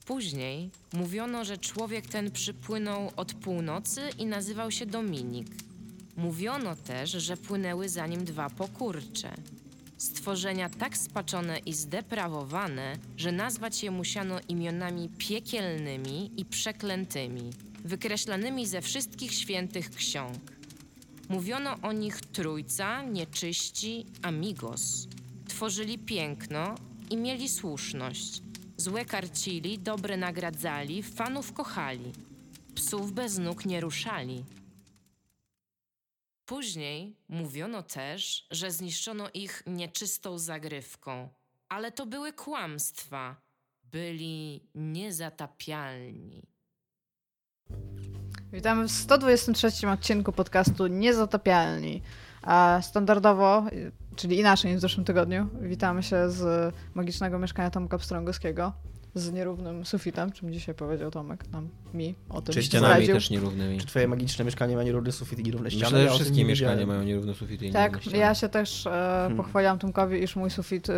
Później mówiono, że człowiek ten przypłynął od północy i nazywał się Dominik. Mówiono też, że płynęły za nim 2 pokurcze. Stworzenia tak spaczone i zdeprawowane, że nazwać je musiano imionami piekielnymi i przeklętymi, wykreślanymi ze wszystkich świętych ksiąg. Mówiono o nich trójca, nieczyści, amigos. Tworzyli piękno i mieli słuszność. Złe karcili, dobre nagradzali, fanów kochali. Psów bez nóg nie ruszali. Później mówiono też, że zniszczono ich nieczystą zagrywką. Ale to były kłamstwa. Byli niezatapialni. Witamy w 123 odcinku podcastu Niezatapialni. A standardowo, czyli inaczej niż w zeszłym tygodniu, witamy się z magicznego mieszkania Tomka Pstrągowskiego z nierównym sufitem, czym dzisiaj powiedział Tomek mi o tym. Czy ścianami też nierównymi. Czy twoje magiczne mieszkanie ma nierówny sufit i nierówne ściany? Myślę, że wszystkie mieszkania mają nierówne sufity i nierówne Tak, ściany. ja się też pochwaliłam Tomkowi, iż mój sufit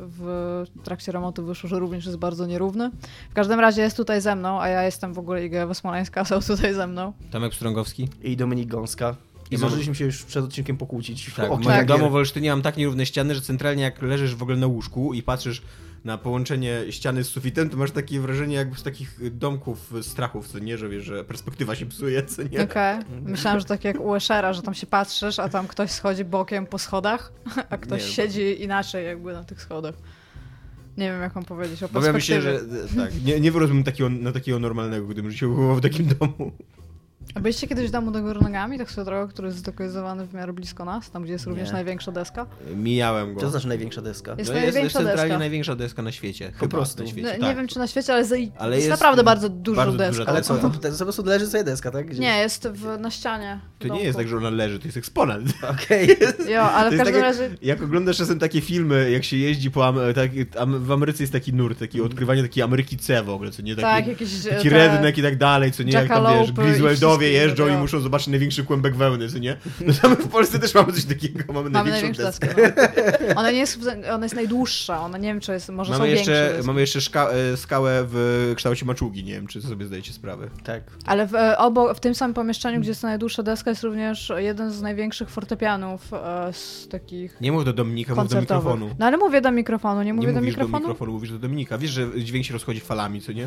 w trakcie remontu wyszło, że również jest bardzo nierówny. W każdym razie jest tutaj ze mną, a ja jestem w ogóle Iga Smoleńska, są tutaj ze mną. Tomek Pstrągowski. I Dominik Gąska. I zdążyliśmy się już przed odcinkiem pokłócić. Tak, w moim domu w Olsztynie mam tak nierówne ściany, że centralnie jak leżysz w ogóle na łóżku i patrzysz na połączenie ściany z sufitem, to masz takie wrażenie jakby z takich domków strachów, co nie, że wiesz, że perspektywa się psuje, co nie? Okej. Myślałam, że tak jak u Eschera, że tam się patrzysz, a tam ktoś schodzi bokiem po schodach, a ktoś siedzi inaczej jakby na tych schodach. Nie wiem, jak mam powiedzieć o perspektywie. Myślę, że tak, nie wyrósłbym takiego normalnego, gdybym się wychował w takim domu. A byliście kiedyś w domu do góry nogami, tak swoją drogą, który jest zlokalizowany w miarę blisko nas, tam gdzie jest również największa deska? Mijałem go. Co to znaczy największa deska? Jest jest centralnie największa deska na świecie. Po prostu. Na świecie, Nie wiem, czy na świecie, ale jest jest naprawdę bardzo dużą deską. Ale co, to po prostu leży sobie deska, tak? Gdzieś? Nie, jest na ścianie. To nie jest tak, że ona leży, to jest eksponat. Okej. Jo, ale w każdym razie... Jak oglądasz czasem takie filmy, jak się jeździ po w Ameryce jest taki nurt, takie odkrywanie takiej Ameryki C w ogóle, co nie? Taki redneck i tak dalej, co nie? Jak tam wiesz, Griswoldowie jeżdżą i muszą zobaczyć największy kłębek wełny, co nie? No tam w Polsce też mamy coś takiego, mamy największą deskę. No. Ona jest najdłuższa, ona nie wiem, czy jest, może mamy są większe. Mamy jeszcze skałę w kształcie maczugi, nie wiem, czy sobie zdajecie sprawę. Tak. Ale w tym samym pomieszczeniu, gdzie jest najdłuższa deska, jest również jeden z największych fortepianów z takich Nie mów do Dominika, mów do mikrofonu. No ale mówię do mikrofonu, nie mówię do mówisz mikrofonu? do mikrofonu, mówisz do Dominika. Wiesz, że dźwięk się rozchodzi falami, co nie?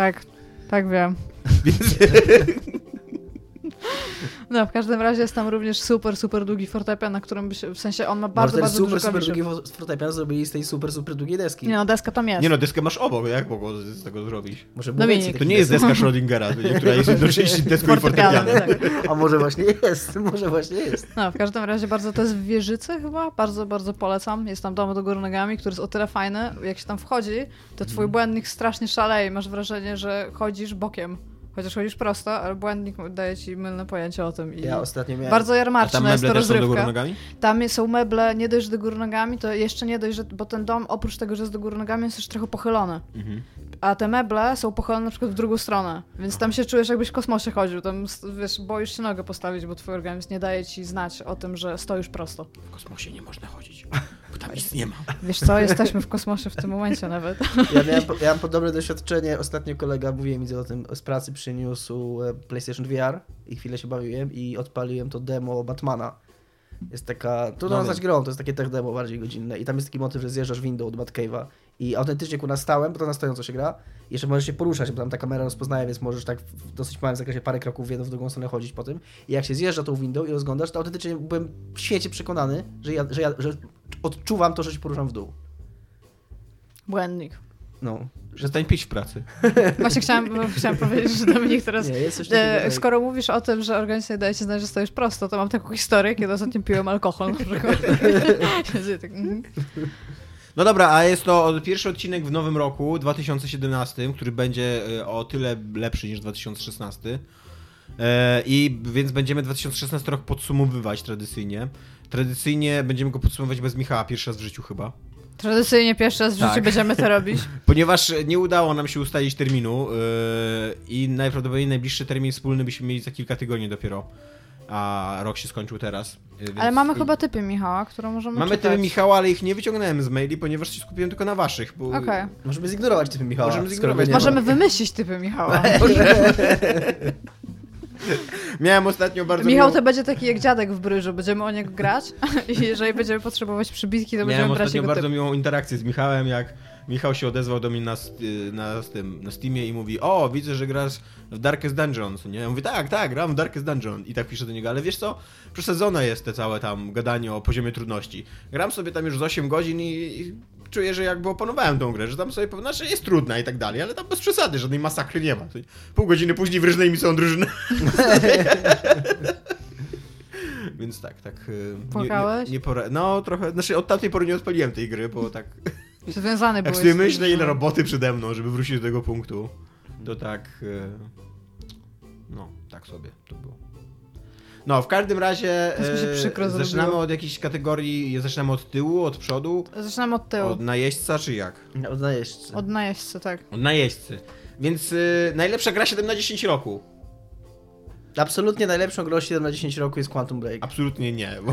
Tak wiem. No, w każdym razie jest tam również super długi fortepian, na którym w sensie on ma bardzo dużo długi fortepian zrobili z tej super długiej deski. Nie no, deska tam jest. Nie no, deskę masz obok, jak mogło z tego zrobić? Może to nie jest deska Schrödingera, która jest jednocześnie deską i fortepianem. Tak. A może właśnie jest. No, w każdym razie to jest w Wieżycy chyba, bardzo polecam. Jest tam dom do góry nogami, który jest o tyle fajny, jak się tam wchodzi, to twój błędnik strasznie szaleje, masz wrażenie, że chodzisz bokiem. Chociaż chodzisz prosto, ale błędnik daje ci mylne pojęcie o tym. I ja ostatnio miałem... Bardzo jarmarczna jest to rozrywka. Są do góry nogami? Tam są meble, nie dość, że do góry nogami, to jeszcze nie dość, bo ten dom oprócz tego, że jest do góry nogami, jest też trochę pochylony. Mhm. A te meble są pochylone na przykład w drugą stronę, więc tam się czujesz, jakbyś w kosmosie chodził. Tam, wiesz, boisz się nogę postawić, bo twój organizm nie daje ci znać o tym, że stoisz prosto. W kosmosie nie można chodzić, bo tam nic nie ma. Wiesz co, jesteśmy w kosmosie w tym momencie nawet. Ja miałem podobne doświadczenie. Ostatnio kolega, mówiłem mi o tym, z pracy przyniósł PlayStation VR i chwilę się bawiłem i odpaliłem to demo Batmana. Jest taka, trudno nazwać grą, to jest takie tech demo bardziej godzinne i tam jest taki motyw, że zjeżdżasz windą od Batcave'a i autentycznie ku stałem, bo to na stojąco się gra i jeszcze możesz się poruszać, bo tam ta kamera rozpoznaje, więc możesz tak w dosyć małym zakresie parę kroków w jedną, w drugą stronę chodzić po tym i jak się zjeżdża tą windą i rozglądasz, to autentycznie byłem w świecie przekonany, że odczuwam to, że się poruszam w dół. Błędnik. No. Przestań pić w pracy. Właśnie chciałam powiedzieć, że Dominik teraz... Nie, jest coś takiego, skoro mówisz o tym, że organizacja daje ci znać, że stoisz prosto, to mam taką historię, kiedy ostatnio piłem alkohol na przykład. Tak, No dobra, a jest to pierwszy odcinek w nowym roku, 2017, który będzie o tyle lepszy niż 2016. I więc będziemy 2016 rok podsumowywać tradycyjnie. Tradycyjnie będziemy go podsumowywać bez Michała, pierwszy raz w życiu chyba. Tradycyjnie pierwszy raz w życiu będziemy to robić. Ponieważ nie udało nam się ustalić terminu i najprawdopodobniej najbliższy termin wspólny byśmy mieli za kilka tygodni dopiero. a rok się skończył teraz. Więc Ale mamy chyba typy Michała, które możemy Mamy czytać. typy Michała, ale ich nie wyciągnąłem z maili, ponieważ się skupiłem tylko na waszych. Bo... Okej. Możemy zignorować typy Michała. Możemy skoro zignorować. go nie ma. Możemy wymyślić typy Michała. Miałem ostatnio bardzo Michał miłą- to będzie taki jak dziadek w bryżu, będziemy o niego grać i jeżeli będziemy potrzebować przybitki, to Miałem będziemy brać ostatnio jego bardzo typ. miłą interakcję z Michałem, jak Michał się odezwał do mnie na Steamie i mówi: o, widzę, że grasz w Darkest Dungeons, nie? Ja mówię: tak, gram w Darkest Dungeon. I tak piszę do niego: ale wiesz co, przesadzone jest te całe tam gadanie o poziomie trudności. Gram sobie tam już z 8 godzin i czuję, że jakby opanowałem tą grę, że tam sobie powiem, że jest trudna i tak dalej, ale tam bez przesady, żadnej masakry nie ma. Pół godziny później wyrżnęli mi całą drużynę. Więc tak. Płakałeś? No trochę, znaczy od tamtej pory nie odpaliłem tej gry, bo tak... Związany Jak byłeś sobie z- myślę, ile roboty przede mną, żeby wrócić do tego punktu, to tak... No, tak sobie to było. No, w każdym razie Aż mi się przykro zaczynamy zrobiło. od jakiejś kategorii, zaczynamy od tyłu, od przodu, Zaczynamy od tyłu. od najeźdźca, czy jak? Od najeźdźcy. Od najeźdźcy, tak. Od najeźdźcy. Więc najlepsza gra 7 na 10 roku. Absolutnie najlepszą grą 7 na 10 roku jest Quantum Break. Absolutnie nie, bo...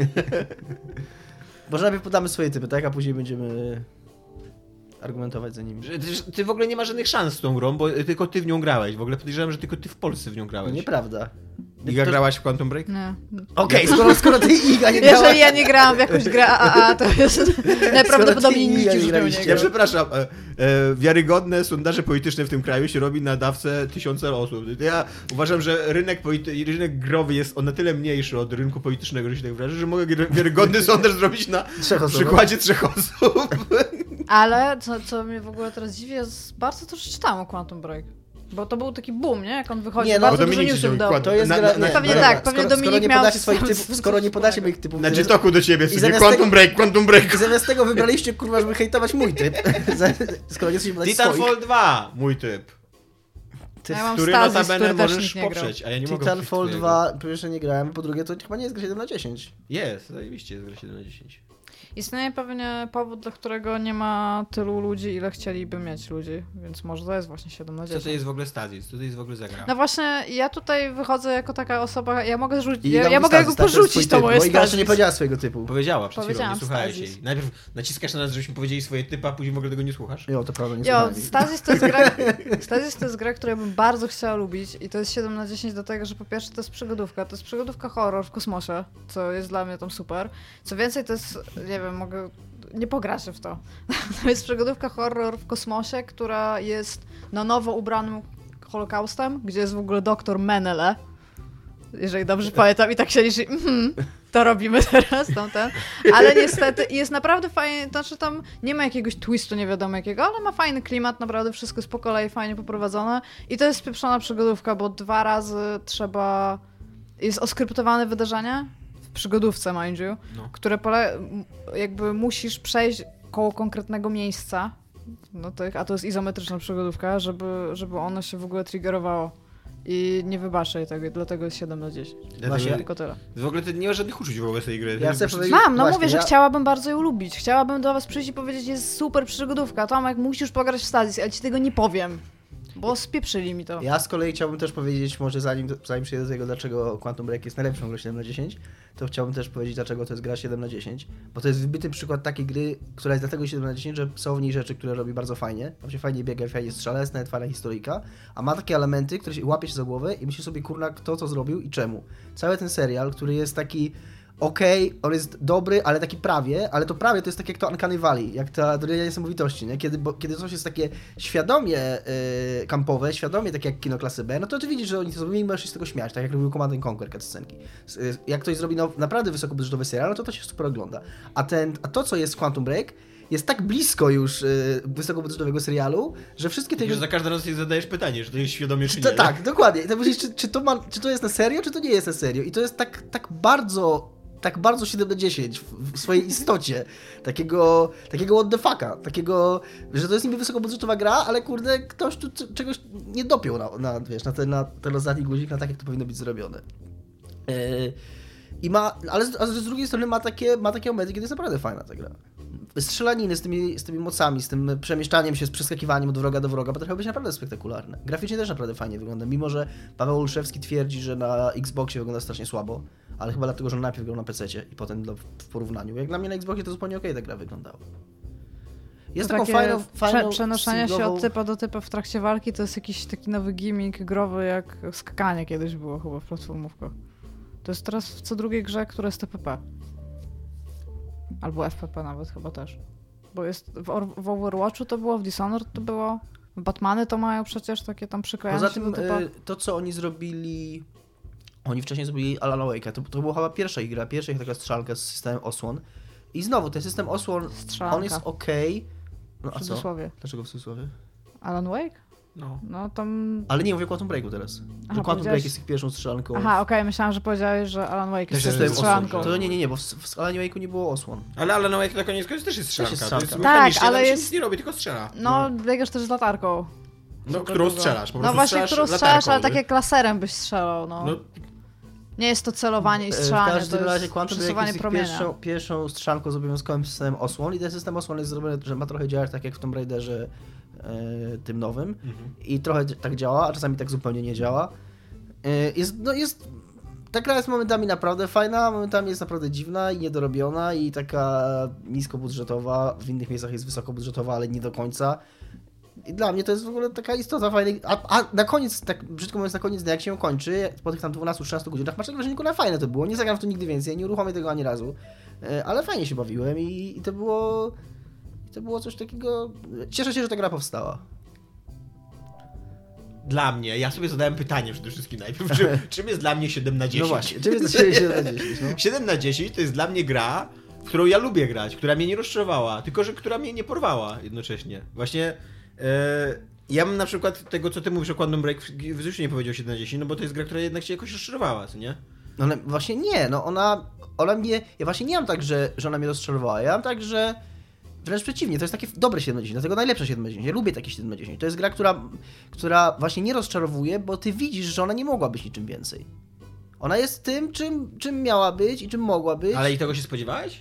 Może najpierw podamy swoje typy, tak? A później będziemy argumentować za nimi. Ty w ogóle nie masz żadnych szans z tą grą, bo tylko ty w nią grałeś. W ogóle podejrzewam, że tylko ty w Polsce w nią grałeś. Nieprawda. Iga, To- grałaś w Quantum Break? Nie. Okej, skoro ty Iga nie grałaś... Jeżeli ja nie grałam w jakąś grę AAA, to jest najprawdopodobniej Skoro ty nikt nie już w nią graliście. nie Ja grał. przepraszam, wiarygodne sondaże polityczne w tym kraju się robi na dawce 1000 osób. Ja uważam, że rynek growy jest o na tyle mniejszy od rynku politycznego, że się tak wyrażę, że mogę wiarygodny sondaż zrobić na 3 osób. przykładzie 3 osób. Ale co mnie w ogóle teraz dziwi, jest bardzo dużo czytałam o Quantum Break. Bo to był taki boom, nie? Jak on wychodzi, Nie, no, bardzo bo dużo Dominik newsów się dał. układa. To jest Na- gra... na- Pewnie dobra, tak, pewnie Dominik skoro nie miał podacie swoich sam- typów, skoro nie podacie moich typów... Na dzitoku do ciebie, I sobie zamiast Quantum tego- Break, I zamiast tego wybraliście, kurwa, żeby hejtować mój typ. Skoro nie chcecie podać swoich. Titanfall 2, mój typ. Ja mam Który Stasis, notabene który też możesz nikt nie grał. poprzeć, a ja nie mogę Titanfall poprzeć twojego. 2, po pierwsze nie grałem, po drugie to chyba nie jest gra 7 na 10. Jest, zajebiście jest gra 7 na 10. Istnieje pewnie powód, dla którego nie ma tylu ludzi, ile chcieliby mieć ludzi, więc może to jest właśnie 7 na Co 10. to jest w ogóle Stasis? Co to jest w ogóle za gra? No właśnie, ja tutaj wychodzę jako taka osoba, ja mogę rzucić, I ja Iga mogę mówi go Stasis, tak, jest porzucić, to twój moje typ, bo Iga jeszcze nie Stasis. powiedziała swojego typu. Powiedziała przed chwilą, Powiedziałam nie słuchałeś Stasis. jej. Najpierw naciskasz na nas, żebyśmy powiedzieli swoje typy, a później w ogóle tego nie słuchasz. Jo, to prawda, nie Jo, słuchali. Stasis to jest gra, którą ja bym bardzo chciała lubić i to jest 7 na 10 do tego, że po pierwsze to jest przygodówka horror w kosmosie, co jest dla mnie tam super. Co więcej, to jest, nie wiem, nie pograszę w to. To jest przygodówka horror w kosmosie, która jest na nowo ubranym Holokaustem, gdzie jest w ogóle doktor Menele, jeżeli dobrze pamiętam, i tak się liczy, to robimy teraz, tamten. Ale niestety jest naprawdę fajnie, to znaczy tam nie ma jakiegoś twistu nie wiadomo jakiego, ale ma fajny klimat, naprawdę wszystko jest po kolei fajnie poprowadzone i to jest spieprzona przygodówka, bo 2 razy jest oskryptowane wydarzenie, w przygodówce mind you, No. które jakby musisz przejść koło konkretnego miejsca, a to jest izometryczna przygodówka, żeby ono się w ogóle triggerowało. I nie wybaczę jej tego, dlatego jest 7 na 10. Właśnie. Tylko tyle. W ogóle ty nie masz żadnych uczuć wobec tej gry. Ja chcę powiedzieć- Mam, no Właśnie, mówię, że ja- chciałabym bardzo ją lubić. Chciałabym do was przyjść i powiedzieć, jest super przygodówka. Tomek, musisz pograć w Stasis, ale ci tego nie powiem. Bo spieprzyli mi to. Ja z kolei chciałbym też powiedzieć, może zanim przejdę do tego, dlaczego Quantum Break jest najlepszą grą 7 na 10, to chciałbym też powiedzieć, dlaczego to jest gra 7 na 10, bo to jest wybitny przykład takiej gry, która jest dlatego 7 na 10, że są w niej rzeczy, które robi bardzo fajnie, tam się fajnie biega, fajnie strzela, jest nawet fajna historyjka, a ma takie elementy, które się łapie się za głowę i myśli sobie, kurna, kto to zrobił i czemu. Cały ten serial, który jest taki okej, on jest dobry, ale taki prawie, ale to prawie to jest tak jak to Uncanny Valley, jak ta Dolina Niesamowitości, nie? Kiedy coś jest takie świadomie kampowe, świadomie takie jak kino klasy B, no to ty widzisz, że oni to zrobili i możesz się z tego śmiać, tak jak robił Command & Conquer cutscenki. Jak ktoś zrobi naprawdę wysokobudżetowy serial, no to się super ogląda. A to, co jest w Quantum Break, jest tak blisko już wysokobudżetowego serialu, że wszystkie te... Że za każdym razem sobie zadajesz pytanie, czy to jest świadomie, czy nie. Tak, dokładnie. I to myślisz, czy to jest na serio, czy to nie jest na serio. I to jest tak bardzo 7 na 10 w swojej istocie. Takiego what the fucka. Takiego, że to jest niby wysokobudżetowa gra, ale kurde, ktoś tu czegoś nie dopiął na ten ostatni guzik, na tak jak to powinno być zrobione. Ale z drugiej strony ma takie momenty, kiedy jest naprawdę fajna ta gra. strzelaniny z tymi mocami, z tym przemieszczaniem się, z przeskakiwaniem od wroga do wroga potrafią być naprawdę spektakularne. Graficznie też naprawdę fajnie wygląda, mimo że Paweł Olszewski twierdzi, że na Xboxie wygląda strasznie słabo, ale chyba dlatego, że najpierw grał na PC-cie i potem w porównaniu. Jak dla mnie na Xboxie to zupełnie okej ta gra wyglądała. Jest To taką takie fajną przenoszenie się singlową... od typa do typa w trakcie walki to jest jakiś taki nowy gimmick growy, jak skakanie kiedyś było chyba w platformówkach. To jest teraz w co drugiej grze, która jest TPP. Albo FPP nawet chyba też. Bo jest w Overwatchu to było, w Dishonored to było, w Batmany to mają przecież takie tam przyklejanie Poza się tym do typa. to, co oni zrobili... Oni wcześniej zrobili Alan Wake'a. To była chyba pierwsza ich gra, pierwsza ich taka strzelka z systemem osłon. I znowu, ten system osłon, Strzelanka. on jest okej. No a W co? cudzysłowie. Dlaczego w cudzysłowie? Alan Wake? No. No tam... Ale nie mówię o Quantum Breaku teraz. Aha, Że Quantum powiedziałeś- Break jest ich pierwszą strzelanką. Aha, okej, myślałam, że powiedziałeś, że Alan Wake Też jest jest system osłon, strzelanką. że- To nie, bo w Alan Wake'u nie było osłon. Ale Alan Wake na koniec końców też jest strzelanka. jest To jest strzelanka. mechanicznie, Tak, ale tam się jest- nic nie robi, tylko strzela. No, biegasz też z latarką. No, którą strzelasz, po No prostu właśnie, którą strzelasz, latarką, ale nie? tak jak laserem byś strzelał, no. No, Nie jest to celowanie i W strzelanie, każdym to razie jest Quantum Break przesuwanie jest ich promienia. pierwszą strzelanką z obowiązkowym systemem osłon i ten system osłon jest zrobiony, że ma trochę działać tak jak w Tomb Raiderze tym nowym i trochę tak działa, a czasami tak zupełnie nie działa. Ta gra jest momentami naprawdę fajna, momentami jest naprawdę dziwna i niedorobiona i taka niskobudżetowa, w innych miejscach jest wysokobudżetowa, ale nie do końca. I dla mnie to jest w ogóle taka istota fajnej. A na koniec, tak brzydko mówiąc, na koniec dnia, jak się ją kończy, po tych tam 12-13 godzinach, masz takie wrażenie, kurwa, fajne to było. Nie zagram w to nigdy więcej, nie uruchomię tego ani razu. Ale fajnie się bawiłem i to było coś takiego. Cieszę się, że ta gra powstała. dla mnie, ja sobie zadałem pytanie przede wszystkim najpierw, czym jest dla mnie 7 na 10? No właśnie, czym jest dla ciebie 7 na 10? No? 7 na 10 to jest dla mnie gra, w którą ja lubię grać, która mnie nie rozczarowała, tylko że która mnie nie porwała jednocześnie. Właśnie ja mam na przykład tego, co ty mówisz o Quantum Break, w życiu nie powiedział 7 na 10, no bo to jest gra, która jednak cię jakoś rozczarowała, co nie? No ale właśnie nie, no ona mnie. Ja właśnie nie mam tak, że ona mnie rozczarowała. Ja mam tak, że. Wręcz przeciwnie, to jest takie dobre 7 na 10, dlatego najlepsze 7 na 10. Ja lubię takie 7 na 10. To jest gra, która właśnie nie rozczarowuje, bo ty widzisz, że ona nie mogła być niczym więcej. Ona jest tym, czym miała być i czym mogła być. Ale i tego się spodziewałeś?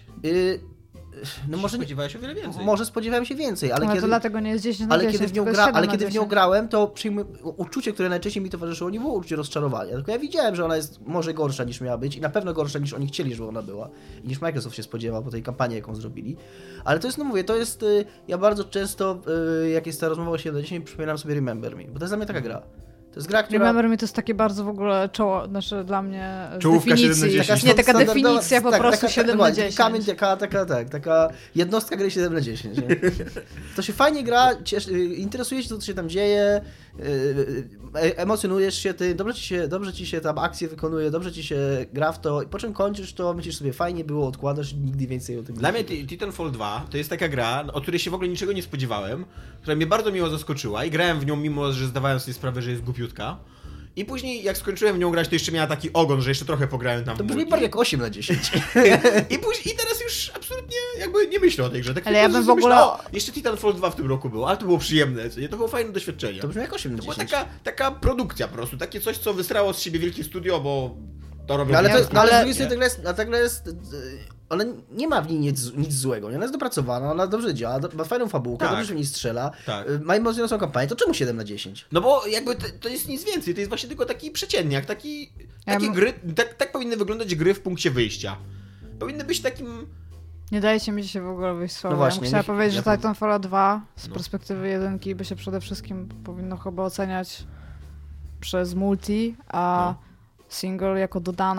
No może nie, spodziewałeś o wiele więcej. może spodziewałem się więcej, ale Ale kiedy... to dlatego nie jest 10 na 10, kiedy w nią tylko jest 7 ale na kiedy w nią 10. grałem, to uczucie, które najczęściej mi towarzyszyło, nie było uczucie rozczarowania, tylko ja widziałem, że ona jest może gorsza niż miała być i na pewno gorsza niż oni chcieli, żeby ona była i niż Microsoft się spodziewał po tej kampanii, jaką zrobili. Ale to jest, no mówię, to jest, ja bardzo często, jak jest ta rozmowa o 7 na 10, przypominam sobie Remember Me, bo to jest dla mnie taka gra. To jest gra, która... Remember Me to jest takie bardzo w ogóle czoło, znaczy dla mnie z Czołówka 7 na definicji. 10. Nie, taka standardowa- definicja po tak, prostu taka, 7 na dokładnie, 10. Kamień, taka jednostka gry 7 na 10. Nie? To się fajnie gra, interesuje się to, co się tam dzieje, emocjonujesz się tym, dobrze ci się tam akcje wykonuje, dobrze ci się gra w to i po czym kończysz to, myślisz sobie fajnie było, odkładasz i nigdy więcej o tym Dla nie mnie Titanfall 2 to jest taka gra, o której się w ogóle niczego nie spodziewałem, która mnie bardzo miło zaskoczyła i grałem w nią mimo, że zdawałem sobie sprawę, że jest głupiutka. I później jak skończyłem w nią grać, to jeszcze miała taki ogon, że jeszcze trochę pograłem tam To w brzmi multi. bardziej jak 8 na 10. I teraz już absolutnie jakby nie myślę o tej grze. Tak Ale tylko, ja że bym w sobie ogóle- myślę, o, jeszcze Titanfall 2 w tym roku było, ale to było przyjemne, co nie? To było fajne doświadczenie. To brzmi jak 8 na To była 10. taka produkcja po prostu, takie coś, co wystrało z siebie wielkie studio, bo to robią... No ale, wielkie no, ale z studia, drugiej strony nie? ta gra jest, ona nie ma w niej nic złego, nie? Ona jest dopracowana, ona dobrze działa, ma fajną fabułkę, Tak. dobrze się w niej strzela, Tak. ma emocjonującą kampanię, to czemu 7 na 10? No bo jakby to jest nic więcej, to jest właśnie tylko taki przeciętniak, takie Ja gry, tak powinny wyglądać gry w punkcie wyjścia. Powinny być takim... Nie dajecie mi dzisiaj w ogóle wyjść słowa. No właśnie, ja bym chciała niech- powiedzieć, ja że Titanfall 2 z No. perspektywy jedynki by się przede wszystkim powinno chyba oceniać przez multi, a single jako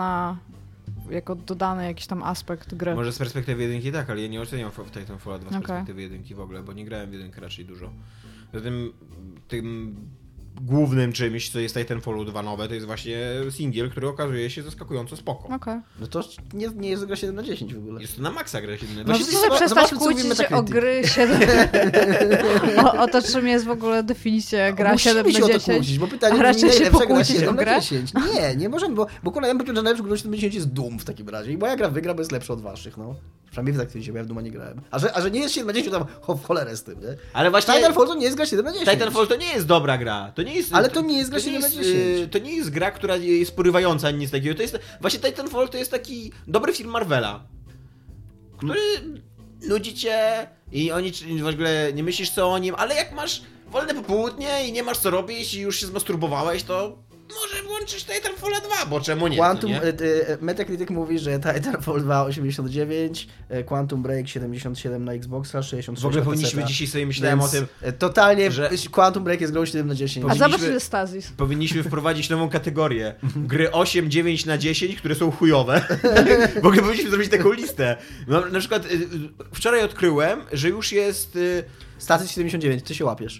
dodany jakiś tam aspekt gry. Może z perspektywy jedynki tak, ale ja nie oceniam w Titanfalla 2 z Okej. perspektywy jedynki w ogóle, bo nie grałem w jedynkę raczej dużo. Zatem tym głównym czymś, co jest Titanfallu 2 nowe, to jest właśnie singiel, który okazuje się zaskakująco spoko. Okej. No to nie jest gra 7 na 10 w ogóle. Jest to na maksa gra się No Właśnie to to sobie jest- przestać zobaczmy, co mówi kłócić o Metacritic. gry 7... o to, czym jest w ogóle definicja gra Musimy 7 się na o to 10. kłócić, bo pytanie A raczej brzmi, się najlepsza gra pokłócić 7 o na grę? 10. Nie możemy, bo kurwa, ja bym powiedział, że najlepszy gra 7 na 10 jest Doom w takim razie. I moja gra wygra, bo jest lepsza od waszych, no. Przynajmniej wy tak twierdzicie, bo ja w Dooma nie grałem. A że nie jest 7 na 10, to tam w cholerę z tym, nie? Ale właśnie Titanfall to nie jest gra 7 na 10. Titanfall to nie jest dobra gra. To nie jest, Ale to nie jest gra to nie 7 na jest, 10. To nie jest gra, która jest porywająca, ani nic takiego. To jest, właśnie Titanfall to jest taki dobry film Marvela, który nudzi cię i oni w ogóle nie myślisz co o nim, ale jak masz wolne popołudnie i nie masz co robić i już się zmasturbowałeś, to może włączysz Titanfalla 2, bo czemu nie? Quantum, nie? Metacritic mówi, że Titanfall 2 89, Quantum Break 77 na Xboxa, 66 W ogóle na powinniśmy PC-ta. dzisiaj sobie myślałem o tym, Totalnie, że- Quantum Break jest grą 7 na 10. A Powinniśmy- zobacz ile Stazis. powinniśmy wprowadzić nową kategorię. Gry 8, 9 na 10, które są chujowe. W ogóle powinniśmy zrobić taką listę. No, na przykład wczoraj odkryłem, że już jest Status 79, ty się łapiesz.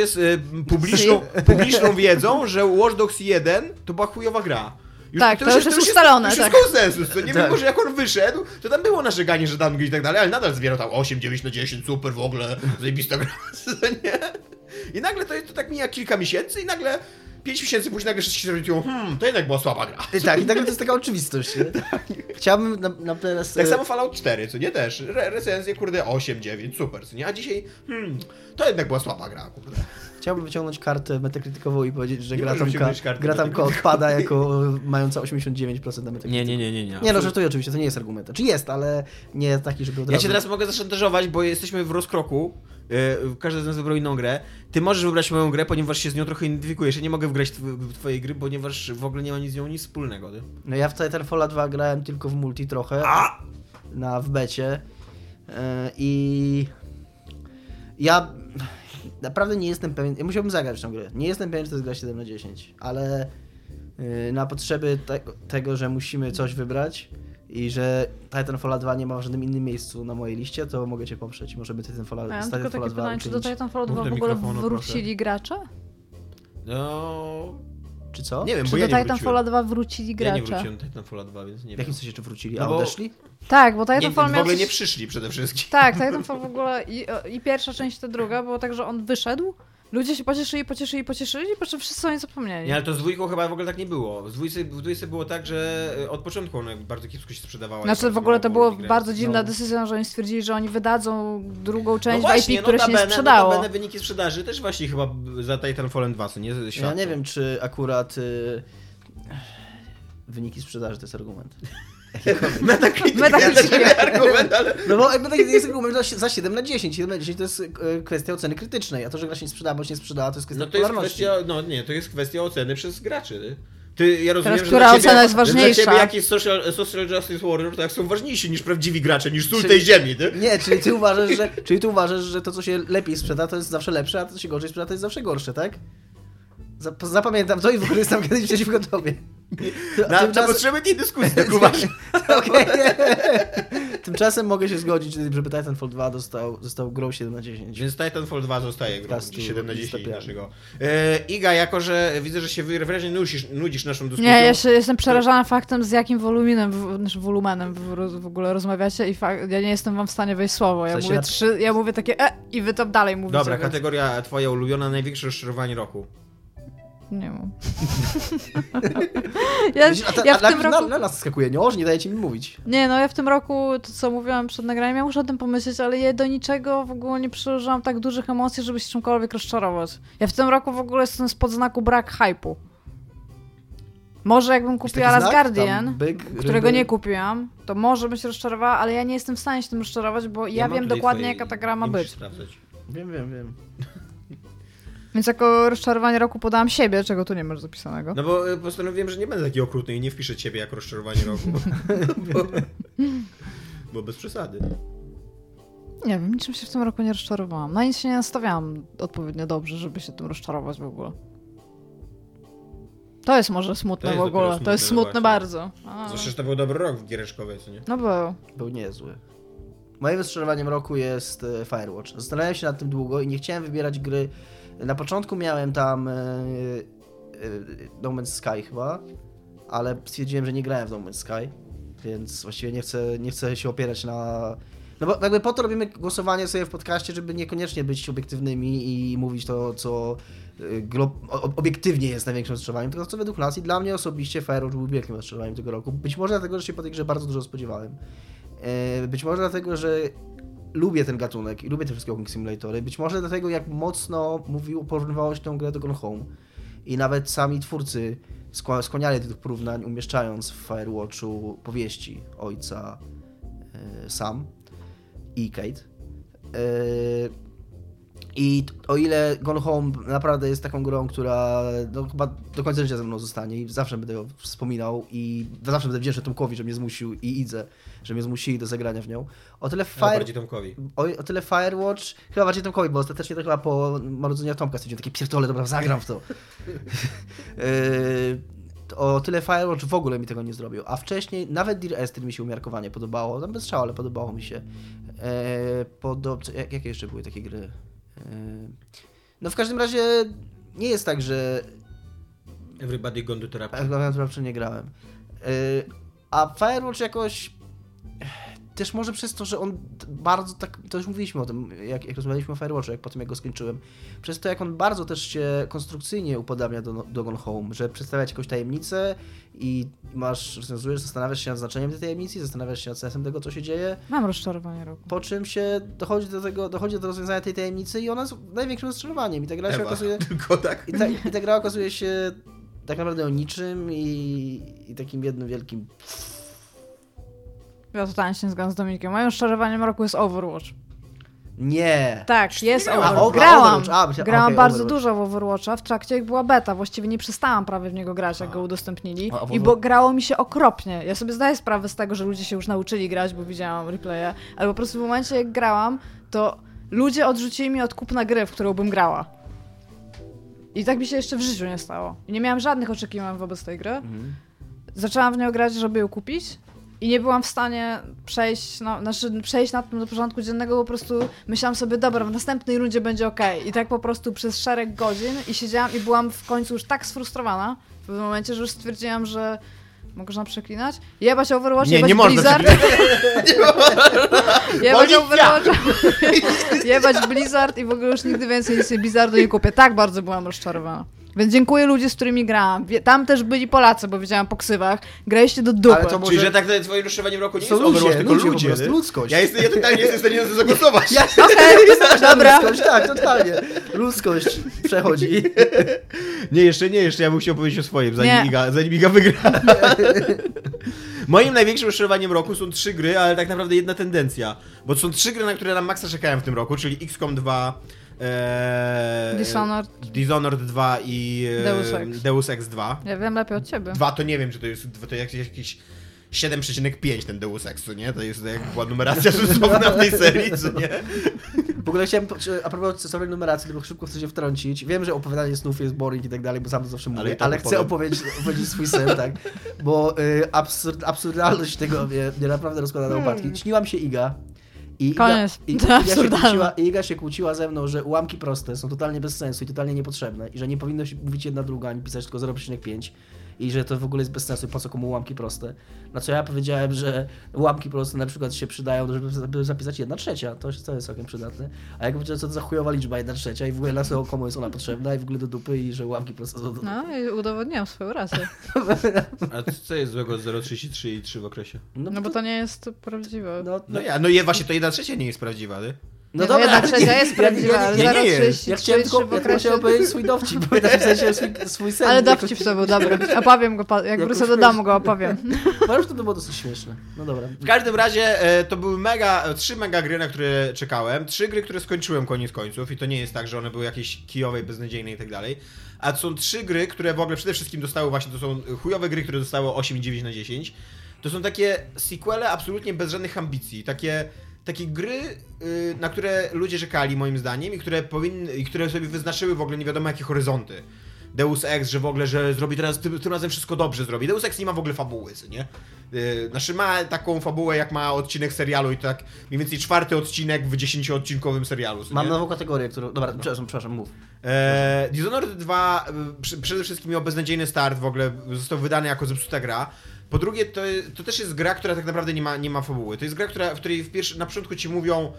publiczną wiedzą, że Watch Dogs 1 to była chujowa gra. Tak, to już jest ustalone, To już tak. jest konsensus, to nie Tak. mimo, że jak on wyszedł, to tam było narzekanie, że tam i tak dalej, ale nadal zbierał tam 8, 9 na 10, super w ogóle, zajebista gra, co nie? I nagle to tak mija kilka miesięcy i nagle 5 miesięcy później nagle wszyscy się orientują, to jednak była słaba gra. Tak, i nagle to jest taka oczywistość, nie? Chciałbym na teraz... Tak samo Fallout 4, co nie też, recenzje kurde 8, 9, super, co nie? A dzisiaj, to jednak była słaba gra, kurde. Chciałbym wyciągnąć kartę metacriticową i powiedzieć, że Nie gra możesz wyciągnąć karty tamka Metacriticowej. odpada jako mająca 89% na Metacriticu. Nie. Nie no, żartuję oczywiście, to nie jest argument. Czy jest, ale nie taki, żeby od Ja razu... cię teraz mogę zaszantażować, bo jesteśmy w rozkroku. Każdy z nas wybrał inną grę. Ty możesz wybrać moją grę, ponieważ się z nią trochę identyfikujesz. Ja nie mogę wgrać w twojej gry, ponieważ w ogóle nie ma nic z nią nic wspólnego. Ty. No ja w Titanfalla 2 grałem tylko w multi trochę, w becie i ja naprawdę nie jestem pewien, ja musiałbym zagrać w tę grę, nie jestem pewien, czy to jest gra 7 na 10, ale na potrzeby tego, że musimy coś wybrać i że Titanfalla 2 nie ma w żadnym innym miejscu na mojej liście, to mogę cię poprzeć, może by Ja mam Titanfalla tylko 2 takie pytanie, czy do uczynić. Titanfall 2 Mów w do ogóle mikrofonu, wrócili gracze? No... Czy co? Nie wiem, Czy bo do ja nie Titanfalla wróciłem. 2 wrócili Ja gracze? nie wróciłem do Titanfalla 2, więc nie W jakim wiem. sensie, czy wrócili, No a bo- odeszli? Tak, bo Nie, Titanfall w miał ogóle coś... nie przyszli przede wszystkim. Tak, Titanfall w ogóle i pierwsza część, i ta druga było tak, że on wyszedł, ludzie się pocieszyli, po czym wszyscy o nim zapomnieli. Nie, ale to z dwójką chyba w ogóle tak nie było. W dwójce było tak, że od początku ona bardzo kiepsko się sprzedawała. Znaczy i w ogóle to było była bardzo dziwna decyzja, że oni stwierdzili, że oni wydadzą drugą część w IP, które się nie sprzedało. Notabene wyniki sprzedaży też właśnie chyba za Titanfallem 2, co nie? Ja nie wiem, czy akurat wyniki sprzedaży to jest argument. Metacritic Metacritic. jest argument, ale... No bo jakby taki jest argument za 7 na 10. 7 na 10 to jest kwestia oceny krytycznej, a to, że gra się nie sprzedała, bądź nie sprzedała, to jest kwestia No to jest popularności. kwestia, to jest kwestia oceny przez graczy. Ja rozumiem, Teraz że która dla ciebie, ocena jest że ważniejsza? Dla ciebie jakiś social justice warrior tak są ważniejsi niż prawdziwi gracze, niż sól tej ziemi, ty? Nie, czyli ty uważasz, że to, co się lepiej sprzeda, to jest zawsze lepsze, a to, co się gorzej sprzeda, to jest zawsze gorsze, tak? Zapamiętam to i wykorzystam kiedyś przeciwko tobie. Na potrzeby tej dyskusji, tak uważam. Okay. Tymczasem mogę się zgodzić, żeby Titanfall 2 został grą 7 na 10. Więc Titanfall 2 zostaje grą Castu 7 na 10 Instagram. naszego. Iga, jako że widzę, że się wyraźnie nudzisz naszą dyskusją. Nie, ja jestem przerażona faktem, z jakim wolumenem w ogóle rozmawiacie i ja nie jestem wam w stanie wejść słowo. Ja W sensie mówię na- 3, ja mówię takie i wy tam dalej mówicie. Dobra, więc kategoria twoja ulubiona, największe rozczarowanie roku. Nie mam. A ja w tym roku... na nas skakuje, nie dajecie mi mówić. Nie, no ja w tym roku, to co mówiłam przed nagraniem, ja muszę o tym pomyśleć, ale ja do niczego w ogóle nie przeżyłam tak dużych emocji, żeby się czymkolwiek rozczarować. Ja w tym roku w ogóle jestem spod znaku brak hype'u. Może jakbym kupiła taki Last znak? Guardian, Tam byk, którego ryby. nie kupiłam, to może bym się rozczarowała, ale ja nie jestem w stanie się tym rozczarować, bo ja mam wiem tutaj dokładnie, twojej- jaka ta gra ma nie musisz być. sprawdzać. Wiem. Więc jako rozczarowanie roku podałam siebie, czego tu nie masz zapisanego. No bo postanowiłem, że nie będę taki okrutny i nie wpiszę ciebie jako rozczarowanie roku. Bo bez przesady. Nie wiem, niczym się w tym roku nie rozczarowałam. Na nic się nie nastawiałam odpowiednio dobrze, żeby się tym rozczarować w ogóle. To jest może smutne To jest w ogóle. dopiero To jest smutne, smutne no właśnie. bardzo. Zwłaszcza, że to był dobry rok w giereczkowej, co nie? No był. Był niezły. Moim rozczarowaniem roku jest Firewatch. Zastanawiałem się nad tym długo i nie chciałem wybierać gry. Na początku miałem tam No Man's Sky chyba, ale stwierdziłem, że nie grałem w No Man's Sky, więc właściwie nie chcę się opierać na... No bo jakby po to robimy głosowanie sobie w podcaście, żeby niekoniecznie być obiektywnymi i mówić to, co obiektywnie jest największym rozczarowaniem, tylko co według nas i dla mnie osobiście Firewatch był wielkim rozczarowaniem tego roku. Być może dlatego, że się po tej grze bardzo dużo spodziewałem. Być może dlatego, że lubię ten gatunek i lubię te wszystkie walking simulatory. Być może dlatego, jak mocno porównywało się tę grę do Gone Home. I nawet sami twórcy skłaniali do tych porównań, umieszczając w Firewatchu powieści ojca Sam. i Kate. I o ile Gone Home naprawdę jest taką grą, która no, chyba do końca życia ze mną zostanie i zawsze będę ją wspominał i zawsze będę wdzięczny Tomkowi, że mnie zmusił i Idze, że mnie zmusili do zagrania w nią. O tyle bardziej Tomkowi. O tyle Firewatch, chyba bardziej Tomkowi, bo ostatecznie to chyba po narodzeniach Tomka stwierdziłem takie pierdolę, dobra, zagram w to. O tyle Firewatch w ogóle mi tego nie zrobił, a wcześniej nawet Dear Esther mi się umiarkowanie podobało, tam bez strzału, ale podobało mi się. Jakie jeszcze były takie gry? No w każdym razie nie jest tak, że... Everybody Gone to Therapy. Therapy nie grałem. A Firewatch jakoś... Też może przez to, że on bardzo tak... To już mówiliśmy o tym, jak rozmawialiśmy o Firewatchu, jak po tym jak go skończyłem. Przez to, jak on bardzo też się konstrukcyjnie upodabnia do Gone Home, że przedstawia ci jakąś tajemnicę i rozwiązujesz, zastanawiasz się nad znaczeniem tej tajemnicy, zastanawiasz się nad sensem tego, co się dzieje. Mam rozczarowanie roku. Po czym się dochodzi do rozwiązania tej tajemnicy i ona jest największym rozczarowaniem. I ta gra się okazuje... Tylko tak. I ta gra okazuje się tak naprawdę o niczym i takim jednym wielkim... Ja totalnie się nie zgadzam z Dominikiem. Moim rozczarowaniem roku jest Overwatch. Nie. Tak, jest grałam. Overwatch. Grałam. Grałam okay, bardzo Overwatch. dużo w Overwatcha w trakcie, jak była beta. Właściwie nie przestałam prawie w niego grać, jak go udostępnili. A I bo grało mi się okropnie. Ja sobie zdaję sprawę z tego, że ludzie się już nauczyli grać, bo widziałam replaye, ale po prostu w momencie, jak grałam, to ludzie odrzucili mi od kupna gry, w którą bym grała. I tak mi się jeszcze w życiu nie stało. I nie miałam żadnych oczekiwań wobec tej gry. Zaczęłam w nią grać, żeby ją kupić. I nie byłam w stanie przejść nad tym do porządku dziennego, bo po prostu myślałam sobie, dobra, w następnej rundzie będzie okej. I tak po prostu przez szereg godzin i siedziałam i byłam w końcu już tak sfrustrowana w pewnym momencie, że już stwierdziłam, że można przeklinać? Jebać Overwatch, Nie, jebać nie można Blizzard. Jebać Overwatch, jebać Blizzard i w ogóle już nigdy więcej nic Blizzardu nie kupię. Tak bardzo byłam rozczarowana. Więc dziękuję ludzie, z którymi grałam. Tam też byli Polacy, bo widziałam po ksywach. Graliście do dupy. Ale to może... Czyli, że tak twoim rozczarowaniem roku nie są jest Overwatch, tylko ludzie, ludzie. po prostu, ludzkość. Ja totalnie nie jestem w stanie na to zagłosować. Okej, dobra. Ludzkość, tak, totalnie. Ludzkość przechodzi. Nie, jeszcze, ja bym chciał powiedzieć o swoim, zanim Nie. Iga wygra. Moim największym rozczarowaniem roku są 3 gry, ale tak naprawdę jedna tendencja. Bo to są 3 gry, na które na maksa czekałem w tym roku, czyli XCOM 2, Dishonored 2 i Deus Ex 2. Ja wiem lepiej od ciebie. 2 to nie wiem, czy to jest jakieś 7,5 ten Deus Ex, co nie? To jest jak była numeracja sensowna w tej serii, co nie? W ogóle chciałem, a propos sensownej numeracji, tylko szybko chcę się wtrącić. Wiem, że opowiadanie snów jest boring i tak dalej, bo sam to zawsze mówię, ale chcę opowiedzieć swój sen, tak? Bo absurdalność tego mnie naprawdę rozkłada na łopatki. Śniłam się Iga. Koniec. Iga się kłóciła ze mną, że ułamki proste są totalnie bez sensu i totalnie niepotrzebne i że nie powinno się mówić jedna druga, ani pisać tylko 0,5 i że to w ogóle jest bez sensu, po co komu ułamki proste. Na co ja powiedziałem, że ułamki proste na przykład się przydają, żeby zapisać 1/3, to jest całkiem przydatne. A jak powiedziałem, co to za chujowa liczba 1/3 i w ogóle na co komu jest ona potrzebna i w ogóle do dupy i że ułamki proste są do dupy. No i udowodniłam swoją rację. A co jest złego z 0,33 i 3 w okresie? No bo to nie jest prawdziwe. Właśnie to 1/3 nie jest prawdziwa, nie? No dobra, 1/3 jest prawdziwa, ale nie 0,33 ja chciałem tylko opowiedzieć swój dowcip, bo w sensie swój sen. Ale dowcip to był dobry. Opowiem go, jak wrócę do domu go opowiem. Uważam, że to było dosyć śmieszne. No dobra. W każdym razie to były 3 mega gry, na które czekałem. 3 gry, które skończyłem koniec końców i to nie jest tak, że one były jakieś kijowe, beznadziejne i tak dalej. A to są 3 gry, które w ogóle przede wszystkim dostały właśnie, to są chujowe gry, które dostały 8,9/10. To są takie sequele absolutnie bez żadnych ambicji. Takie gry, na które ludzie czekali moim zdaniem i które sobie wyznaczyły w ogóle nie wiadomo jakie horyzonty. Deus Ex, że w ogóle, że zrobi teraz, tym razem wszystko dobrze zrobi. Deus Ex nie ma w ogóle fabuły, nie? Znaczy ma taką fabułę, jak ma odcinek serialu i to tak mniej więcej 4. odcinek w 10-odcinkowym serialu. Mam nową kategorię, którą... Dobra, przepraszam, mów. Dishonored 2 przede wszystkim miał beznadziejny start, w ogóle został wydany jako zepsuta gra. Po drugie, to też jest gra, która tak naprawdę nie ma fabuły. To jest gra, w której na początku ci mówią,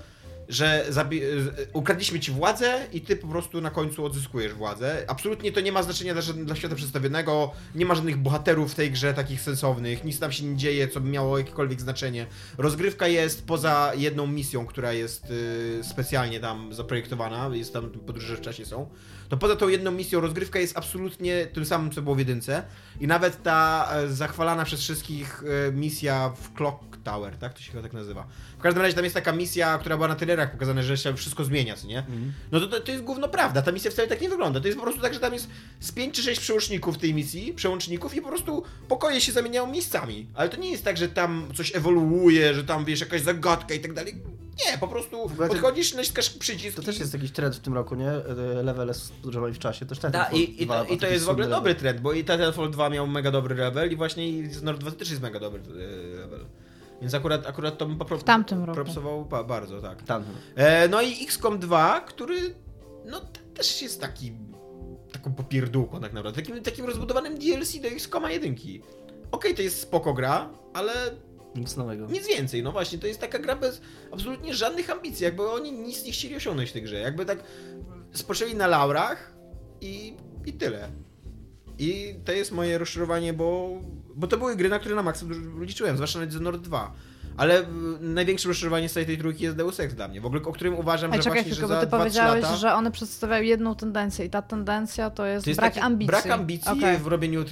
że ukradliśmy ci władzę i ty po prostu na końcu odzyskujesz władzę. Absolutnie to nie ma znaczenia dla świata przedstawionego, nie ma żadnych bohaterów w tej grze takich sensownych, nic tam się nie dzieje, co by miało jakiekolwiek znaczenie. Rozgrywka jest poza jedną misją, która jest specjalnie tam zaprojektowana, jest tam podróże w czasie są. To poza tą jedną misją rozgrywka jest absolutnie tym samym, co było w jedynce. I nawet ta zachwalana przez wszystkich misja w Clock Tower, tak? To się chyba tak nazywa. W każdym razie tam jest taka misja, która była na trailerach pokazana, że się wszystko zmienia, co nie? No to jest gówno prawda, ta misja wcale tak nie wygląda. To jest po prostu tak, że tam jest z 5 czy 6 przełączników tej misji, przełączników i po prostu pokoje się zamieniają miejscami. Ale to nie jest tak, że tam coś ewoluuje, że tam, wiesz, jakaś zagadka i tak dalej. Nie, po prostu podchodzisz, naciskasz przycisk. To też jest jakiś trend w tym roku, nie? Levele z podróżami w czasie. Też ten I to jest w ogóle dobry trend, bo i Titanfall 2 miał mega dobry level i właśnie i Dishonored 2 też jest mega dobry level. Więc akurat to bym w tamtym roku propsował bardzo, tak. Tamtym. No i XCOM 2, który no też jest taką popierdółką tak naprawdę, takim rozbudowanym DLC do XCOMa 1. Okej, to jest spoko gra, ale nic nowego. Nic więcej, no właśnie, to jest taka gra bez absolutnie żadnych ambicji, jakby oni nic nie chcieli osiągnąć w tej grze, jakby tak spoczęli na laurach i tyle. I to jest moje rozczarowanie, bo to były gry, na które na maksa liczyłem, zwłaszcza na Dishonored 2. Ale największym rozczarowaniem z całej tej trójki jest Deus Ex dla mnie, w ogóle o którym uważam, że czekaj, właśnie, tylko, że za bo ty 2-3 powiedziałeś, lata... że one przedstawiają jedną tendencję i ta tendencja to jest brak ambicji. Brak ambicji w robieniu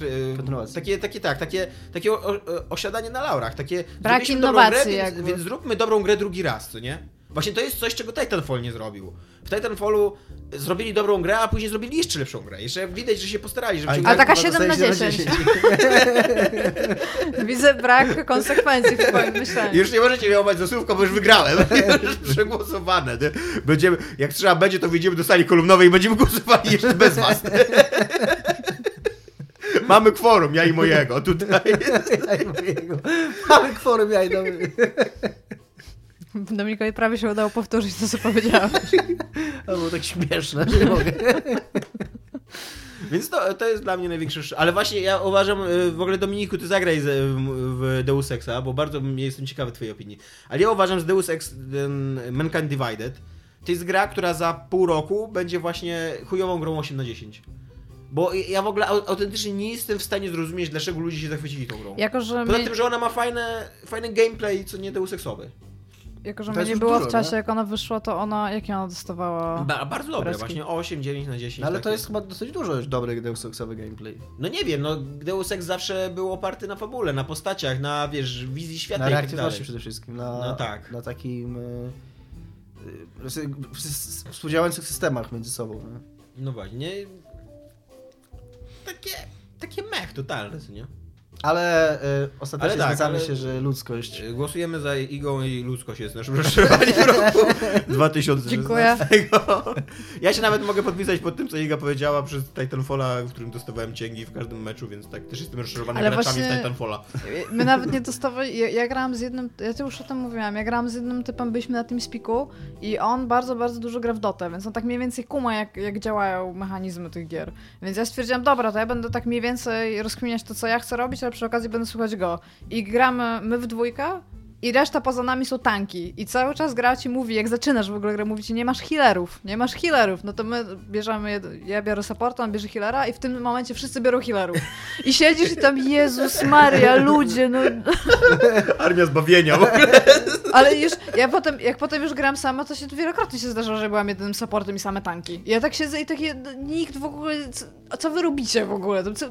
takie osiadanie na laurach, brak innowacji grę, jakby. więc zróbmy dobrą grę drugi raz, co nie? Właśnie to jest coś, czego Titanfall nie zrobił. W Titanfallu zrobili dobrą grę, a później zrobili jeszcze lepszą grę. Jeszcze widać, że się postarali, żeby A taka 7 na 10. Widzę brak konsekwencji w twoim myśleniu. Już nie możecie mnie łamać za słówko, bo już wygrałem. Już przegłosowane. Będziemy, jak trzeba będzie, to wyjdziemy do sali kolumnowej i będziemy głosowali jeszcze bez was. Mamy kworum, ja i mojego tutaj. Ja i mojego. Mamy kworum, ja i mojego. Dominikowi prawie się udało powtórzyć to, co powiedziałeś. To było tak śmieszne, że nie mogę. Więc to jest dla mnie największy... Ale właśnie ja uważam, w ogóle Dominiku, ty zagraj w Deus Exa, bo bardzo jestem ciekawy twojej opinii. Ale ja uważam, że Deus Ex Mankind Divided to jest gra, która za pół roku będzie właśnie chujową grą 8 na 10. Bo ja w ogóle autentycznie nie jestem w stanie zrozumieć, dlaczego ludzie się zachwycili tą grą. Poza tym, że ona ma fajny gameplay, co nie Deus Exowy. Jako, że mnie nie było w czasie, jak ona wyszła, to ona, jakie ona dostawała... Bardzo dobre, właśnie 8, 9 na 10. No, ale to jest chyba dosyć dużo już dobrych Deus Exowy gameplay. No nie wiem, no Deus Ex zawsze był oparty na fabule, na postaciach, na, wiesz, wizji świata na i tak reaktywności dalej. przede wszystkim, na takim współdziałających systemach między sobą. No właśnie, takie mech totalne, co nie? Ale ostatecznie zgadzamy się, że ludzkość... Głosujemy za Igą i ludzkość jest naszym rozczarowaniem roku 2016. Dziękuję. Ja się nawet mogę podpisać pod tym, co Iga powiedziała przez Titanfalla, w którym dostawałem cięgi w każdym meczu, więc tak też jestem rozczarowany graczami z Titanfalla. My nawet nie dostawali... Ja grałam z jednym... Ja ci już o tym mówiłam. Ja grałam z jednym typem, byliśmy na TeamSpeaku i on bardzo, bardzo dużo gra w Dotę, więc on tak mniej więcej kuma, jak działają mechanizmy tych gier. Więc ja stwierdziłam, dobra, to ja będę tak mniej więcej rozkminiać to, co ja chcę robić, ale przy okazji będę słuchać go. I gramy my w dwójkę i reszta poza nami są tanki. I cały czas gra ci mówi, jak zaczynasz w ogóle grę, mówi ci, nie masz healerów. No to my bierzemy, ja biorę supporta, on bierze healera i w tym momencie wszyscy biorą healerów. I siedzisz i tam, Jezus Maria, ludzie, no... Armia zbawienia w ogóle. Ale już, jak potem już gram sama, to się wielokrotnie się zdarzało, że byłam jedynym supportem i same tanki. I ja tak siedzę i takie, nikt w ogóle, co wy robicie w ogóle? To co...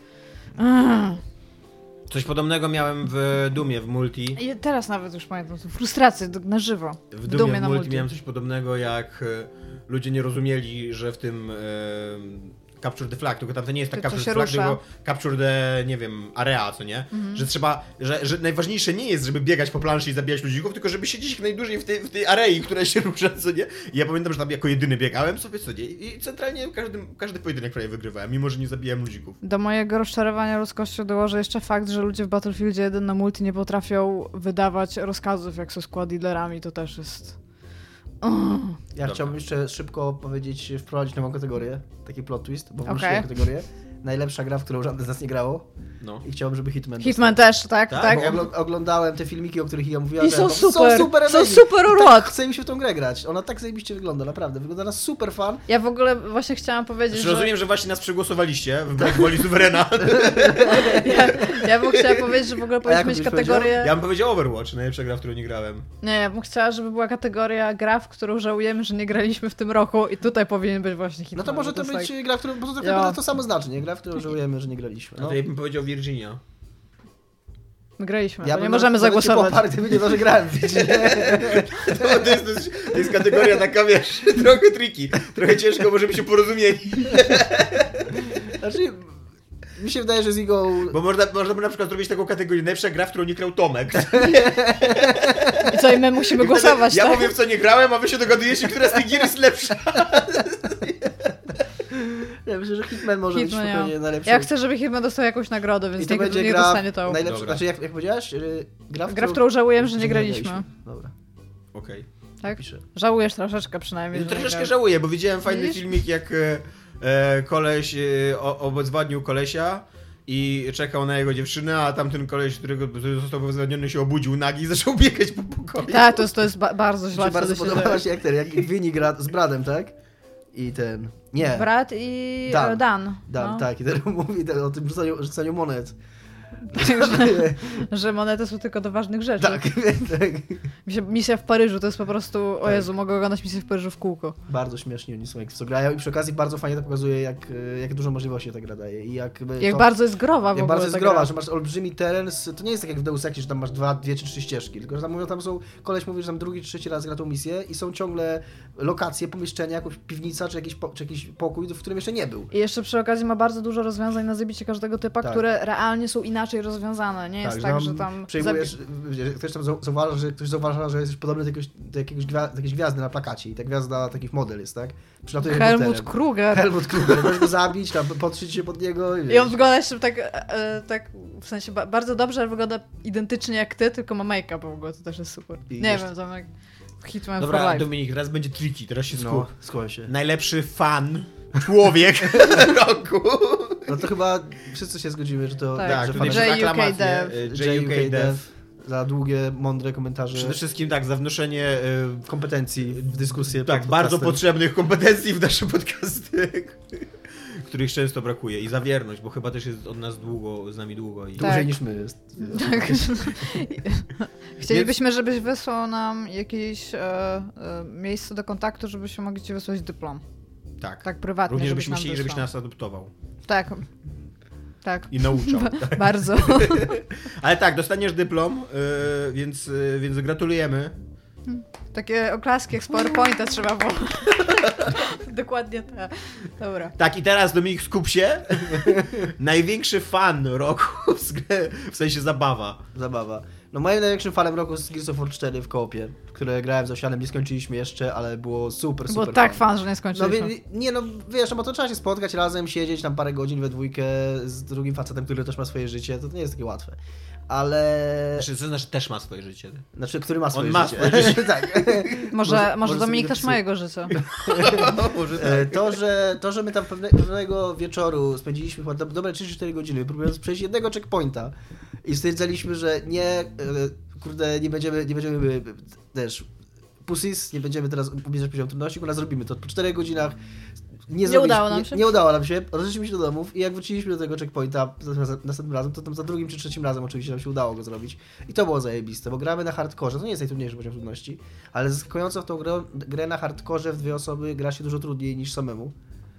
Coś podobnego miałem w Dumie, w multi. I teraz nawet już pamiętam, frustrację na żywo. W Dumie, w multi miałem coś podobnego, jak ludzie nie rozumieli, że w tym Capture the Flag, tylko tam to nie jest tak Capture the Flag, tylko Capture the, nie wiem, area, co nie? Że trzeba, że najważniejsze nie jest, żeby biegać po planszy i zabijać ludzików, tylko żeby siedzieć jak najdłużej w tej arei, która się rusza, co nie? I ja pamiętam, że tam jako jedyny biegałem sobie, co nie? I centralnie każdy pojedynek prawie wygrywałem, mimo że nie zabijałem ludzików. Do mojego rozczarowania ludzkością dołożę jeszcze fakt, że ludzie w Battlefieldzie 1 na multi nie potrafią wydawać rozkazów, jak są squad leaderami, to też jest... Ja chciałbym jeszcze szybko wprowadzić nową kategorię, taki plot twist, bo wróciłem kategorię. najlepsza gra, w którą żadne z nas nie grało. No. I chciałbym, żeby Hitman Hitman też, tak? Tak? Oglądałem te filmiki, o których Iga mówiła. I są super, są amazing. super I urok. tak chce mi się w tą grę grać. Ona tak zajebiście wygląda, naprawdę. Wygląda na super fan. Ja w ogóle właśnie chciałam powiedzieć, Znaczy, rozumiem, że właśnie nas przegłosowaliście w woli suwerena. Ja bym chciała powiedzieć, że w ogóle powinniśmy mieć byś kategorię... Ja bym powiedział Overwatch, najlepsza gra, w którą nie grałem. Nie, ja bym chciała, żeby była kategoria gra, w którą żałujemy, że nie graliśmy w tym roku i tutaj powinien być właśnie Hitman. No to może bo to jest być gra, w którą... Bo to tak Ja. naprawdę to samo znacznie. Gra, w którą żałujemy, że nie graliśmy. No No. to ja bym powiedział Virginia. My graliśmy, Ja to nie bym możemy nawet zagłosować. Poparł, gdyby nie to, że grałem w To jest kategoria taka, wiesz, trochę tricky. Trochę ciężko, bo żeby się porozumieli. Znaczy, mi się wydaje, że z Igą... Bo można by na przykład zrobić taką kategorię najlepsza gra, w którą nie grał Tomek. I co, i my musimy głosować, Ja tak? powiem, w co nie grałem, a wy się dogadujecie, która z tych gier jest lepsza. Ja myślę, że Hitman może Hitman, być ja. spokojnie najlepszy. Ja chcę, żeby Hitman dostał jakąś nagrodę, I więc to będzie niech gra dostanie to. najlepsza. Dobra. Znaczy, jak powiedziałaś? Gra, w którą żałujemy, że nie graliśmy. Dobra, Okej. Tak? piszę. Żałujesz troszeczkę przynajmniej. że nie Troszeczkę grałeś. żałuję, bo widziałem fajny Widzisz? filmik, jak koleś obezwładnił kolesia i czekał na jego dziewczynę, a tamten koleś, który został obezwładniony, się obudził nagi i zaczął biegać po pokoju. Tak, to jest bardzo Mi źle się bardzo wtedy się podobała dzieje. się jak Winnie gra z Bradem, tak? I ten... Nie. Brat i Dan. Dan. Dan, no. tak. I ten mówi o tym rzucaniu monet. Że monety są tylko do ważnych rzeczy. Tak, tak. Misja w Paryżu to jest po prostu, o Jezu, mogę oglądać misję w Paryżu w kółko. Bardzo śmieszni oni są, jak w co grają i przy okazji bardzo fajnie to pokazuje, jak dużo możliwości ta gra daje. I jak Jak bardzo jest growa w jak ogóle bardzo jest ta growa, gra. że masz olbrzymi teren, to nie jest tak jak w Deus Exie, że tam masz dwie czy trzy ścieżki, tylko że tam mówią, tam są, koleś mówi, że tam drugi czy trzeci raz gra tą misję i są ciągle lokacje, pomieszczenia, jakąś piwnica czy jakiś pokój, w którym jeszcze nie był. I jeszcze przy okazji ma bardzo dużo rozwiązań na zabicie każdego typa, Tak. które realnie są inaczej rozwiązane. Nie jest tak, że tam... Przejmujesz, ktoś tam zauważa, że jesteś podobny do jakiejś gwiazdy na plakacie i ta gwiazda, taki model jest, tak? Przylatuje Helmut helikopterem. Kruger. Helmut Kruger, możesz go zabić, tam podszyć się pod niego i I wiesz. on wygląda jeszcze tak w sensie bardzo dobrze, ale wygląda identycznie jak ty, tylko ma make-up w ogóle, to też jest super. I Nie jeszcze- wiem, tam jak Hitman for Dobra, Life. Dominik, teraz będzie tricky, teraz się skup. No, skłon się. Najlepszy fan, człowiek roku. No to chyba wszyscy się zgodzimy, że to... Tak, że tutaj fan- przez JUK aklamację, Dev. JUK Dev. za długie, mądre komentarze, Przede wszystkim tak, za wnoszenie kompetencji w dyskusję. tak, pod bardzo podcastem. potrzebnych kompetencji w nasze podcasty, których często brakuje. I za wierność, bo chyba też jest z nami długo. I... Tak. Dłużej niż my jest. Tak. Chcielibyśmy, żebyś wysłał nam jakieś miejsce do kontaktu, żebyśmy mogli ci wysłać dyplom. Tak. Tak prywatnie, Również żebyś byśmy nam chcieli, żebyś wysłał. nas adoptował. Tak. Tak. I nauczał. Bardzo. Ale tak, dostaniesz dyplom, więc gratulujemy. Takie oklaski jak z PowerPointa trzeba było. Dokładnie tak. Dobra. Tak, i teraz Dominik, skup się. Największy fan roku, w sensie zabawa. Zabawa. No moim największym fanem roku jest Gears of War 4 w koopie, które grałem z Osianem, nie skończyliśmy jeszcze, ale było super Było fan. tak fan, że nie No skończyliśmy. nie, no wiesz, no bo to trzeba się spotkać razem, siedzieć tam parę godzin we dwójkę z drugim facetem, który też ma swoje życie, to nie jest takie łatwe. Ale... To znaczy też ma swoje życie. Znaczy, który ma swoje ma życie. swoje życie. Tak. Może sobie Dominik go też psuje. ma jego życie. Może tak. To, że my tam pewnego wieczoru spędziliśmy chyba dobre 3-4 godziny, próbując przejść jednego checkpointa i stwierdzaliśmy, że nie, kurde, nie będziemy też pussies, nie będziemy teraz ubierać poziom trudności, bo zrobimy to po 4 godzinach. udało nam się. Nie udało nam się, rozeszliśmy się do domów i jak wróciliśmy do tego checkpointa następnym razem, to tam za drugim czy trzecim razem oczywiście nam się udało go zrobić. I to było zajebiste, bo gramy na hardkorze, to nie jest najtrudniejszy poziom trudności, ale zaskakująco w tą grę na hardkorze w 2 osoby gra się dużo trudniej niż samemu.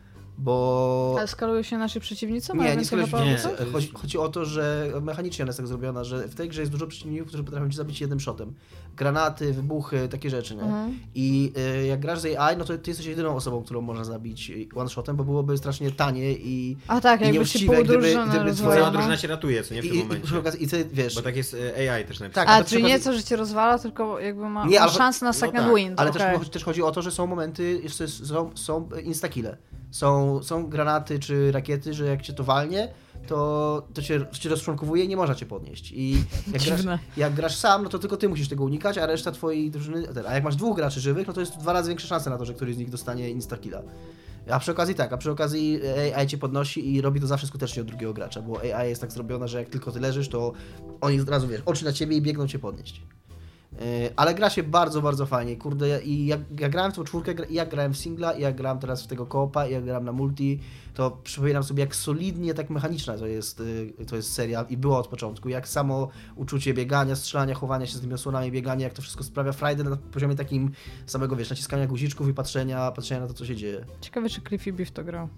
Bo... Ale skalują się nasi przeciwnicy? Nie, Mają nie więcej skończyliśmy. HP? Chodzi o to, że mechanicznie ona jest tak zrobiona, że w tej grze jest dużo przeciwników, którzy potrafią cię zabić jednym shotem. Granaty, wybuchy, takie rzeczy, nie? I jak grasz z AI, no to ty jesteś jedyną osobą, którą można zabić one-shotem, bo byłoby strasznie tanie i A tak, i jakby się nieuczciwe, pół gdyby drużyny Cała rozwalało. drużyna się ratuje, co nie w tym momencie. I ty, wiesz... Bo tak jest AI też napisane. Tak, A, ale czyli przy nie okazji- co, że cię rozwala, tylko jakby ma Nie, ale- szansę na second tak, win. Ale okej. też chodzi o to, że są momenty, jeszcze są instakille. Są granaty czy rakiety, że jak cię to walnie, to cię rozczłonkowuje i nie można cię podnieść. I Dziwne. jak grasz sam, no to tylko ty musisz tego unikać, a reszta twojej drużyny... A jak masz 2 graczy żywych, no to jest 2 razy większa szansa na to, że któryś z nich dostanie instakilla. A przy okazji AI cię podnosi i robi to zawsze skutecznie od drugiego gracza, bo AI jest tak zrobiona, że jak tylko ty leżysz, to oni od razu, wiesz, oczy na ciebie i biegną cię podnieść. Ale gra się bardzo, bardzo fajnie, kurde, i jak grałem w tą czwórkę, i jak grałem w singla, i jak grałem teraz w tego koopa, i jak grałem na multi, to przypominam sobie, jak solidnie, tak mechaniczna to jest seria i było od początku, jak samo uczucie biegania, strzelania, chowania się z tymi osłonami, biegania, jak to wszystko sprawia frajdę na poziomie takim samego, wiesz, naciskania guziczków i patrzenia na to, co się dzieje. Ciekawe, czy Cliffy B w to grał.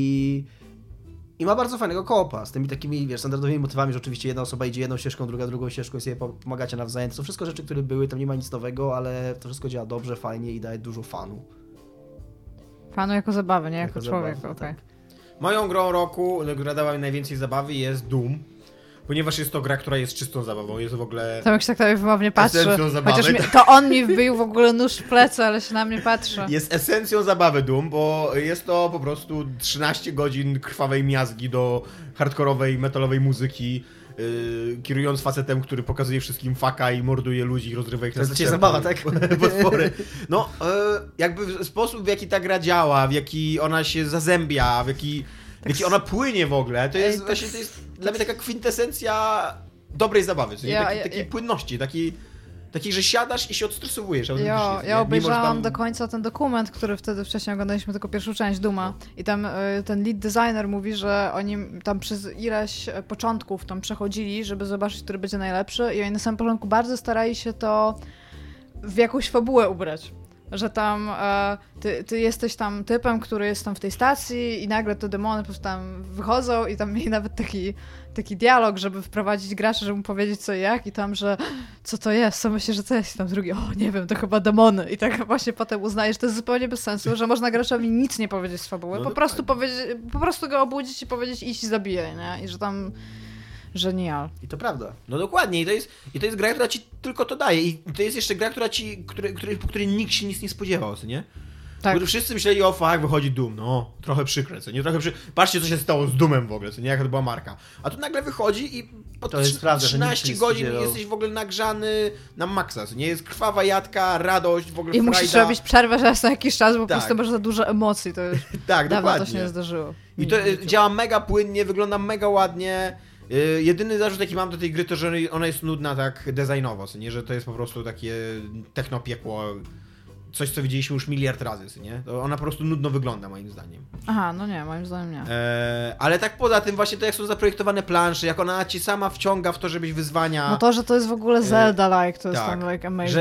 I ma bardzo fajnego koopa, z tymi takimi, wiesz, standardowymi motywami, że oczywiście jedna osoba idzie jedną ścieżką, druga drugą ścieżką i sobie pomagacie nawzajem. To są wszystko rzeczy, które były, tam nie ma nic nowego, ale to wszystko działa dobrze, fajnie i daje dużo fanu. Fanu jako zabawy, nie jako człowiek, zabawy, okej. tak. Moją grą roku, która dała mi najwięcej zabawy, jest Doom. Ponieważ jest to gra, która jest czystą zabawą, jest w ogóle... Tomek się tak na mnie wymownie patrzy, esencją zabawy. chociaż to on mi wbił w ogóle nóż w plecy, ale się na mnie patrzy. Jest esencją zabawy Doom, bo jest to po prostu 13 godzin krwawej miazgi do hardkorowej, metalowej muzyki, kierując facetem, który pokazuje wszystkim faka i morduje ludzi i rozrywa ich To jest dla ciebie zabawa, tak? Potwory. No, jakby sposób, w jaki ta gra działa, w jaki ona się zazębia, w jaki ona płynie w ogóle, to jest właśnie, to jest dla mnie taka kwintesencja dobrej zabawy, takiej płynności, takiej, że siadasz i się odstresowujesz. Ja obejrzałam do końca ten dokument, który wtedy wcześniej oglądaliśmy tylko pierwszą część Duma i tam ten lead designer mówi, że oni tam przez ileś początków tam przechodzili, żeby zobaczyć, który będzie najlepszy i oni na samym początku bardzo starali się to w jakąś fabułę ubrać. Że tam ty jesteś tam typem, który jest tam w tej stacji i nagle te demony po prostu tam wychodzą i tam mieli nawet taki dialog, żeby wprowadzić gracza, żeby mu powiedzieć co i jak i tam, że co to jest, co myślisz, że to jest i tam drugi, nie wiem, to chyba demony i tak właśnie potem uznajesz, to jest zupełnie bez sensu, że można graczowi nic nie powiedzieć z fabuły, po prostu go obudzić i powiedzieć idź i zabijaj, nie? I że tam genial. I to prawda. No dokładnie, i to jest gra, która ci tylko to daje. I to jest jeszcze gra, po której nikt się nic nie spodziewał, co nie? Tak. Bo wszyscy myśleli, wychodzi Doom, no, trochę przykre, co nie? Patrzcie, co się stało z Doomem w ogóle, co nie? Jaka to była marka. A tu nagle wychodzi i po to jest prawda, 13 godzin jesteś w ogóle nagrzany na maksa, co nie? Jest krwawa jadka, radość, w ogóle I musisz robić przerwę raz na jakiś czas, bo po prostu masz za dużo emocji, to już tak, dawno dokładnie. to się nie zdarzyło. I to działa mega płynnie, wygląda mega ładnie. Jedyny zarzut, jaki mam do tej gry, to że ona jest nudna tak designowo, co nie? Że to jest po prostu takie technopiekło, coś co widzieliśmy już miliard razy, co nie? To ona po prostu nudno wygląda moim zdaniem. Aha, no nie, moim zdaniem nie. Ale tak poza tym właśnie to jak są zaprojektowane plansze, jak ona ci sama wciąga w to, żebyś wyzwania... No to, że to jest w ogóle Zelda-like, to jest tak, tam like amazing.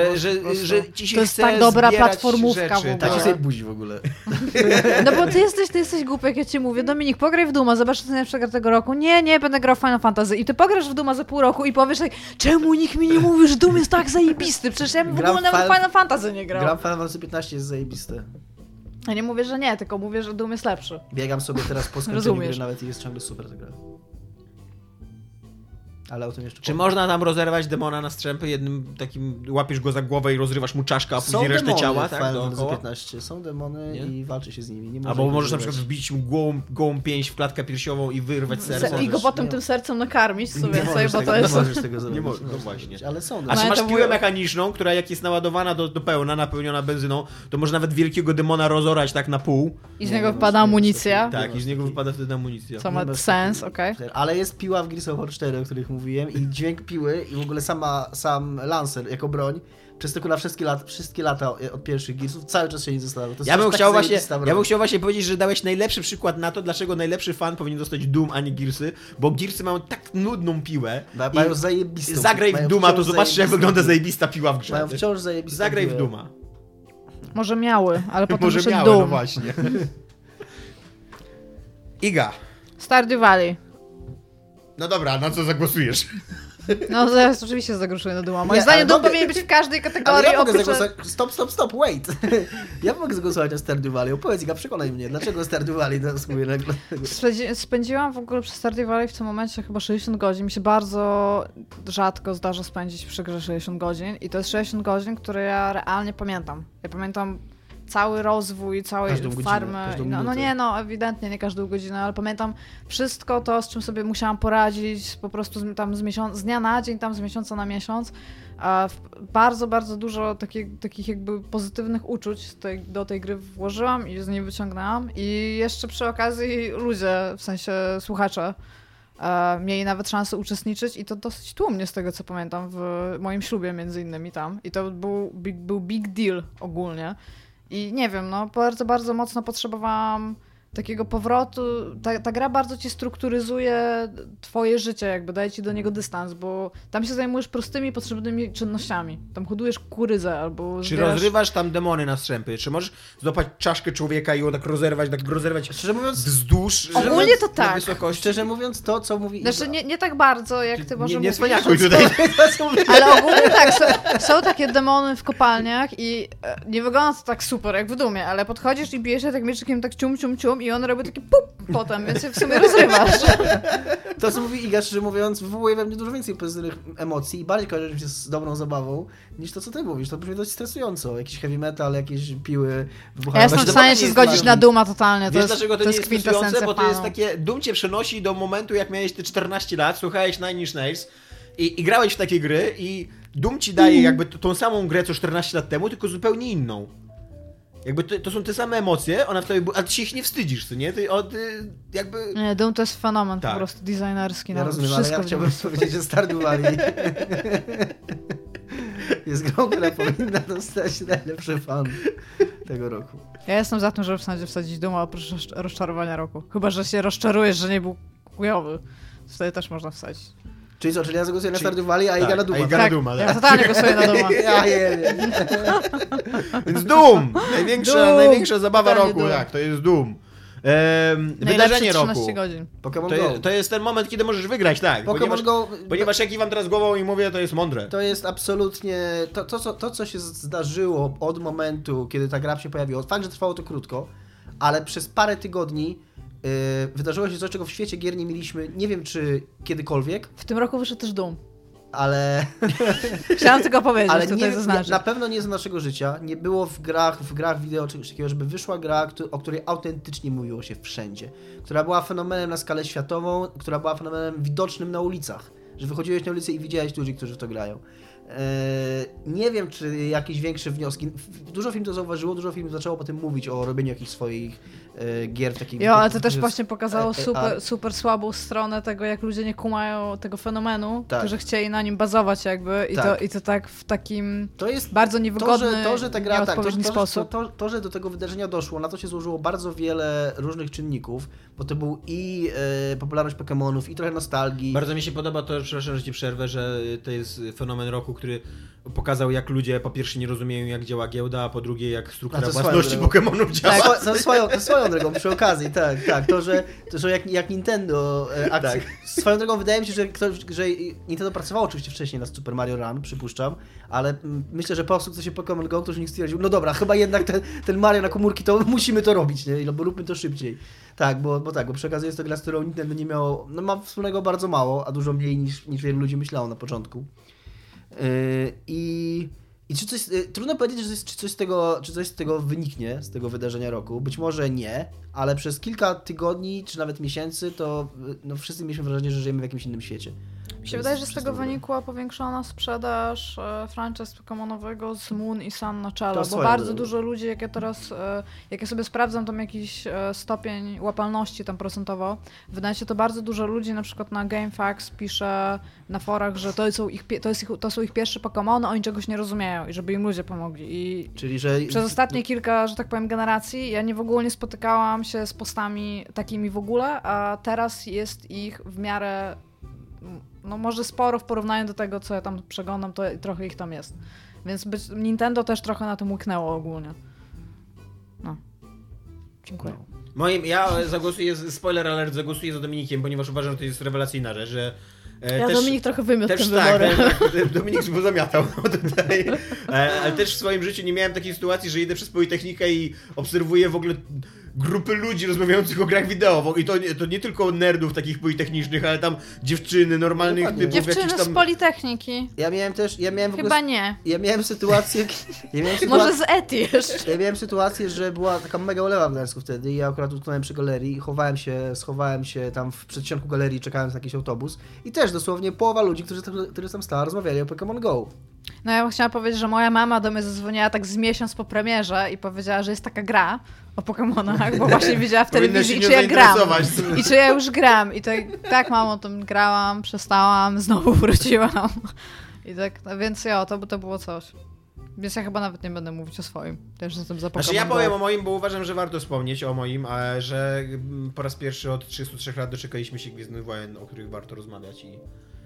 Że ci się to jest chce tak dobra zbierać platformówka rzeczy, w ogóle. Tak się sobie budzi w ogóle. No bo ty jesteś głupi, jak ja ci mówię, Dominik, pograj w Duma, zobacz, co najlepsza gra tego roku. Nie, będę grał w Final Fantasy. I ty pograsz w Duma za pół roku i powiesz tak, czemu nikt mi nie mówi, że Doom jest tak zajebisty? Przecież ja bym w ogóle nawet Final Fantasy nie grał. Gram Final Fantasy 15 jest zajebiste. Ja nie mówię, że nie, tylko mówię, że Doom jest lepszy. Biegam sobie teraz po skończeniu gry nawet i jest ciągle super ta gra. Ale o tym jeszcze Czy można tam rozerwać demona na strzępy jednym takim, łapiesz go za głowę i rozrywasz mu czaszkę, a później resztę ciała, tak? Final Fantasy 15. Są demony i walczy się z nimi. Albo możesz na przykład wbić mu gołą pięść w klatkę piersiową i wyrwać serce. I go potem tym sercem nakarmić sobie, bo to nie jest... możesz tego zrobić. Nie możesz, no właśnie. Ale są A demony. czy masz piłę mechaniczną, która jak jest naładowana do pełna, napełniona benzyną, to może nawet wielkiego demona rozorać tak na pół. I z niego wypada amunicja. Tak, i z niego wypada wtedy amunicja. Co ma sens, okej. Ale jest piła w Gears of War 4, o których mówiłem i dźwięk piły i w ogóle sam Lancer jako broń przez tylko na wszystkie lata od pierwszych Gearsów cały czas się nie zostało. Ja bym chciał właśnie powiedzieć, że dałeś najlepszy przykład na to, dlaczego najlepszy fan powinien dostać Doom, a nie Gearsy, bo Gearsy mają tak nudną piłę. Mają zajebistą. Zagraj w Dooma, to zobaczysz jak wygląda zajebista piła w grze. Mają wciąż zajebistą Zagraj piłę. w Dooma. Może miały, ale potem Może wyszedł miały, Doom. no właśnie. Iga. Stardew Valley. No dobra, na co zagłosujesz? No zaraz oczywiście zagłoszuję na Dooma. Moim zdaniem Doom powinien być w każdej Ale kategorii. ja mogę zagłosować... Stop, wait! Ja mogę zagłosować na Stardew Valley. Opowiedz, Iga, przekonaj mnie, dlaczego Stardew Valley teraz mówię nagle. Spędziłam w ogóle przy Stardew Valley w tym momencie chyba 60 godzin. Mi się bardzo rzadko zdarza spędzić przy grze 60 godzin i to jest 60 godzin, które ja realnie pamiętam. Ja pamiętam cały rozwój całej Każdą godzinę, farmy. każdą No minutę. nie, no ewidentnie nie każdą godzinę, ale pamiętam wszystko to, z czym sobie musiałam poradzić po prostu tam z dnia na dzień, tam z miesiąca na miesiąc. Bardzo, bardzo dużo takich jakby pozytywnych uczuć do tej gry włożyłam i z niej wyciągnęłam. I jeszcze przy okazji ludzie, w sensie słuchacze, mieli nawet szansę uczestniczyć i to dosyć tłumnie z tego, co pamiętam, w moim ślubie między innymi tam. I to był big deal ogólnie. I nie wiem, no bardzo, bardzo mocno potrzebowałam takiego powrotu. Ta gra bardzo ci strukturyzuje twoje życie, jakby daje ci do niego dystans, bo tam się zajmujesz prostymi, potrzebnymi czynnościami. Tam hodujesz kukurydzę albo Czy rozrywasz tam demony na strzępy? Czy możesz złapać czaszkę człowieka i ją tak rozerwać Szczerze mówiąc, wzdłuż Ogólnie to na tak. wysokości? szczerze mówiąc, to co mówi Iga. Znaczy nie tak bardzo, jak ty może Nie mówisz. cwaniakuj tutaj. Ale ogólnie tak, są takie demony w kopalniach i nie wygląda to tak super jak w Dumie, ale podchodzisz i bijesz się tak mieczykiem tak cium i on robi taki pup potem, więc się w sumie rozrywasz. To, co mówi Iga, szczerze mówiąc, wywołuje we mnie dużo więcej pozytywnych emocji i bardziej kojarzy mi się z dobrą zabawą, niż to, co ty mówisz. To brzmi dość stresująco. Jakiś heavy metal, jakieś piły wybuchają. Ja jestem Właśnie w stanie to się nie jest zgodzić ważne. na Duma totalnie, Wiesz dlaczego to nie jest kwintesencja stresujące? Bo to jest fanu. takie... Doom cię przenosi do momentu, jak miałeś te 14 lat, słuchałeś Nine Inch Nails i grałeś w takie gry i Doom ci daje jakby tą samą grę co 14 lat temu, tylko zupełnie inną. Jakby to są te same emocje, ona w tobie... A ty się ich nie wstydzisz, co nie? Ty jakby... Nie, Doom to jest fenomen Tak. po prostu designerski. Ja no, rozumiem, ale wszystko ja chciałbym powiedzieć, że Stardew Valley jest grą, która powinna dostać najlepszy fan tego roku. Ja jestem za tym, żeby w sądzie wsadzić Duma oprócz rozczarowania roku. Chyba, że się rozczarujesz, że nie był chujowy. Wtedy też można wsadzić. Czyli co, czyli ja zagłosuję na Stardew Valley, a Iga na Duma. a Iga tak? na Duma, Ja tak. totalnie głosuję na Duma. Ja wiem. Więc Doom! Doom! Największa zabawa Totalnie roku, Doom. tak, to jest Doom. Wydarzenie Najlepsze roku. 13 godzin. Pokémon Go. To jest ten moment, kiedy możesz wygrać, tak. Pokémon Go... Ponieważ jak kiwam teraz głową i mówię, to jest mądre. To jest absolutnie... To, co się zdarzyło od momentu, kiedy ta gra się pojawiła, fakt, że trwało to krótko, ale przez parę tygodni wydarzyło się coś, czego w świecie gier nie mieliśmy, nie wiem czy kiedykolwiek, W tym roku wyszedł też Doom. ale... Chciałam tylko powiedzieć, Ale tutaj nie, zaznaczyć. na pewno nie z naszego życia. Nie było w grach wideo czy czegoś takiego, żeby wyszła gra, o której autentycznie mówiło się wszędzie. Która była fenomenem na skalę światową, która była fenomenem widocznym na ulicach. Że wychodziłeś na ulicę i widziałeś ludzi, którzy w to grają. Nie wiem, czy jakieś większe wnioski. Dużo firm to zauważyło, dużo firm zaczęło potem mówić o robieniu jakichś swoich gier w takich... Jo, ale to też właśnie pokazało a- super słabą stronę tego, jak ludzie nie kumają tego fenomenu, Tak. którzy chcieli na nim bazować jakby Tak. i to tak w takim To jest bardzo niewygodny, to, że ta gra, tak, nieodpowiedni sposób. To, że do tego wydarzenia doszło, na to się złożyło bardzo wiele różnych czynników, bo to był i popularność Pokemonów, i trochę nostalgii. Bardzo mi się podoba to, przepraszam, że ci przerwę, że to jest fenomen roku, który pokazał, jak ludzie po pierwsze nie rozumieją, jak działa giełda, a po drugie, jak A struktura to własności swoją drogą. Pokemonów działa. Tak. To swoją drogą, przy okazji, tak. To, że jak Nintendo akcje... Tak. Swoją drogą wydaje mi się, że Nintendo pracowało oczywiście wcześniej na Super Mario Run, przypuszczam, ale myślę, że po sukcesie Pokémon Go ktoś nikt stwierdził, no dobra, chyba jednak ten Mario na komórki, to musimy to robić, nie? Bo róbmy to szybciej. Tak, bo przy okazji jest to gra, z którą Nintendo nie miało, no ma wspólnego bardzo mało, a dużo mniej niż wielu ludzi myślało na początku. I czy coś, trudno powiedzieć, czy coś z tego wyniknie, z tego wydarzenia roku. Być może nie, ale przez kilka tygodni, czy nawet miesięcy, to no, wszyscy mieliśmy wrażenie, że żyjemy w jakimś innym świecie. Mi się wydaje, że z tego wynikła powiększona sprzedaż franchise Pokemonowego z Moon i Sun na czele, To bo swoją bardzo drogą. dużo ludzi, jak ja sobie sprawdzam tam jakiś stopień łapalności tam procentowo, w necie to bardzo dużo ludzi na przykład na GameFAQs pisze na forach, że to są ich pierwsze Pokemony, oni czegoś nie rozumieją i żeby im ludzie pomogli. I Czyli, że... przez ostatnie kilka, że tak powiem, generacji ja w ogóle nie spotykałam się z postami takimi w ogóle, a teraz jest ich w miarę, no może sporo w porównaniu do tego, co ja tam przeglądam, to trochę ich tam jest. Więc Nintendo też trochę na tym łyknęło ogólnie. No. Dziękuję. Ja zagłosuję, spoiler alert, zagłosuję za Dominikiem, ponieważ uważam, że to jest rewelacyjna rzecz, że Dominik trochę wymiotł też tym tak, wyborem. Dominik był zamiatał tutaj, ale też w swoim życiu nie miałem takiej sytuacji, że idę przez Politechnikę i obserwuję w ogóle grupy ludzi rozmawiających o grach wideo. I to nie tylko nerdów takich politechnicznych, ale tam dziewczyny, normalnych Dokładnie. typów, Dziewczyny jakichś tam... z Politechniki. Ja miałem w ogóle... Chyba nie. Ja miałem sytuację... Może z ETI jeszcze. Ja miałem sytuację, że była taka mega ulewa w Gdańsku wtedy i ja akurat utknąłem przy galerii i schowałem się tam w przedsionku galerii, czekając na jakiś autobus i też dosłownie połowa ludzi, którzy tam stała, rozmawiali o Pokémon Go. No ja chciałam powiedzieć, że moja mama do mnie zadzwoniła tak z miesiąc po premierze i powiedziała, że jest taka gra o Pokemonach, bo właśnie widziała w Powinnaś telewizji, się czy nią ja gram. zainteresować. I czy ja już gram. I tak mamo, tym grałam, przestałam, znowu wróciłam. I tak, no więc to było coś. Więc ja chyba nawet nie będę mówić o swoim. Też jestem za Pokémon Znaczy ja Go. powiem o moim, bo uważam, że warto wspomnieć o moim, że po raz pierwszy od 33 lat doczekaliśmy się Gwiezdnych Wojen, o których warto rozmawiać i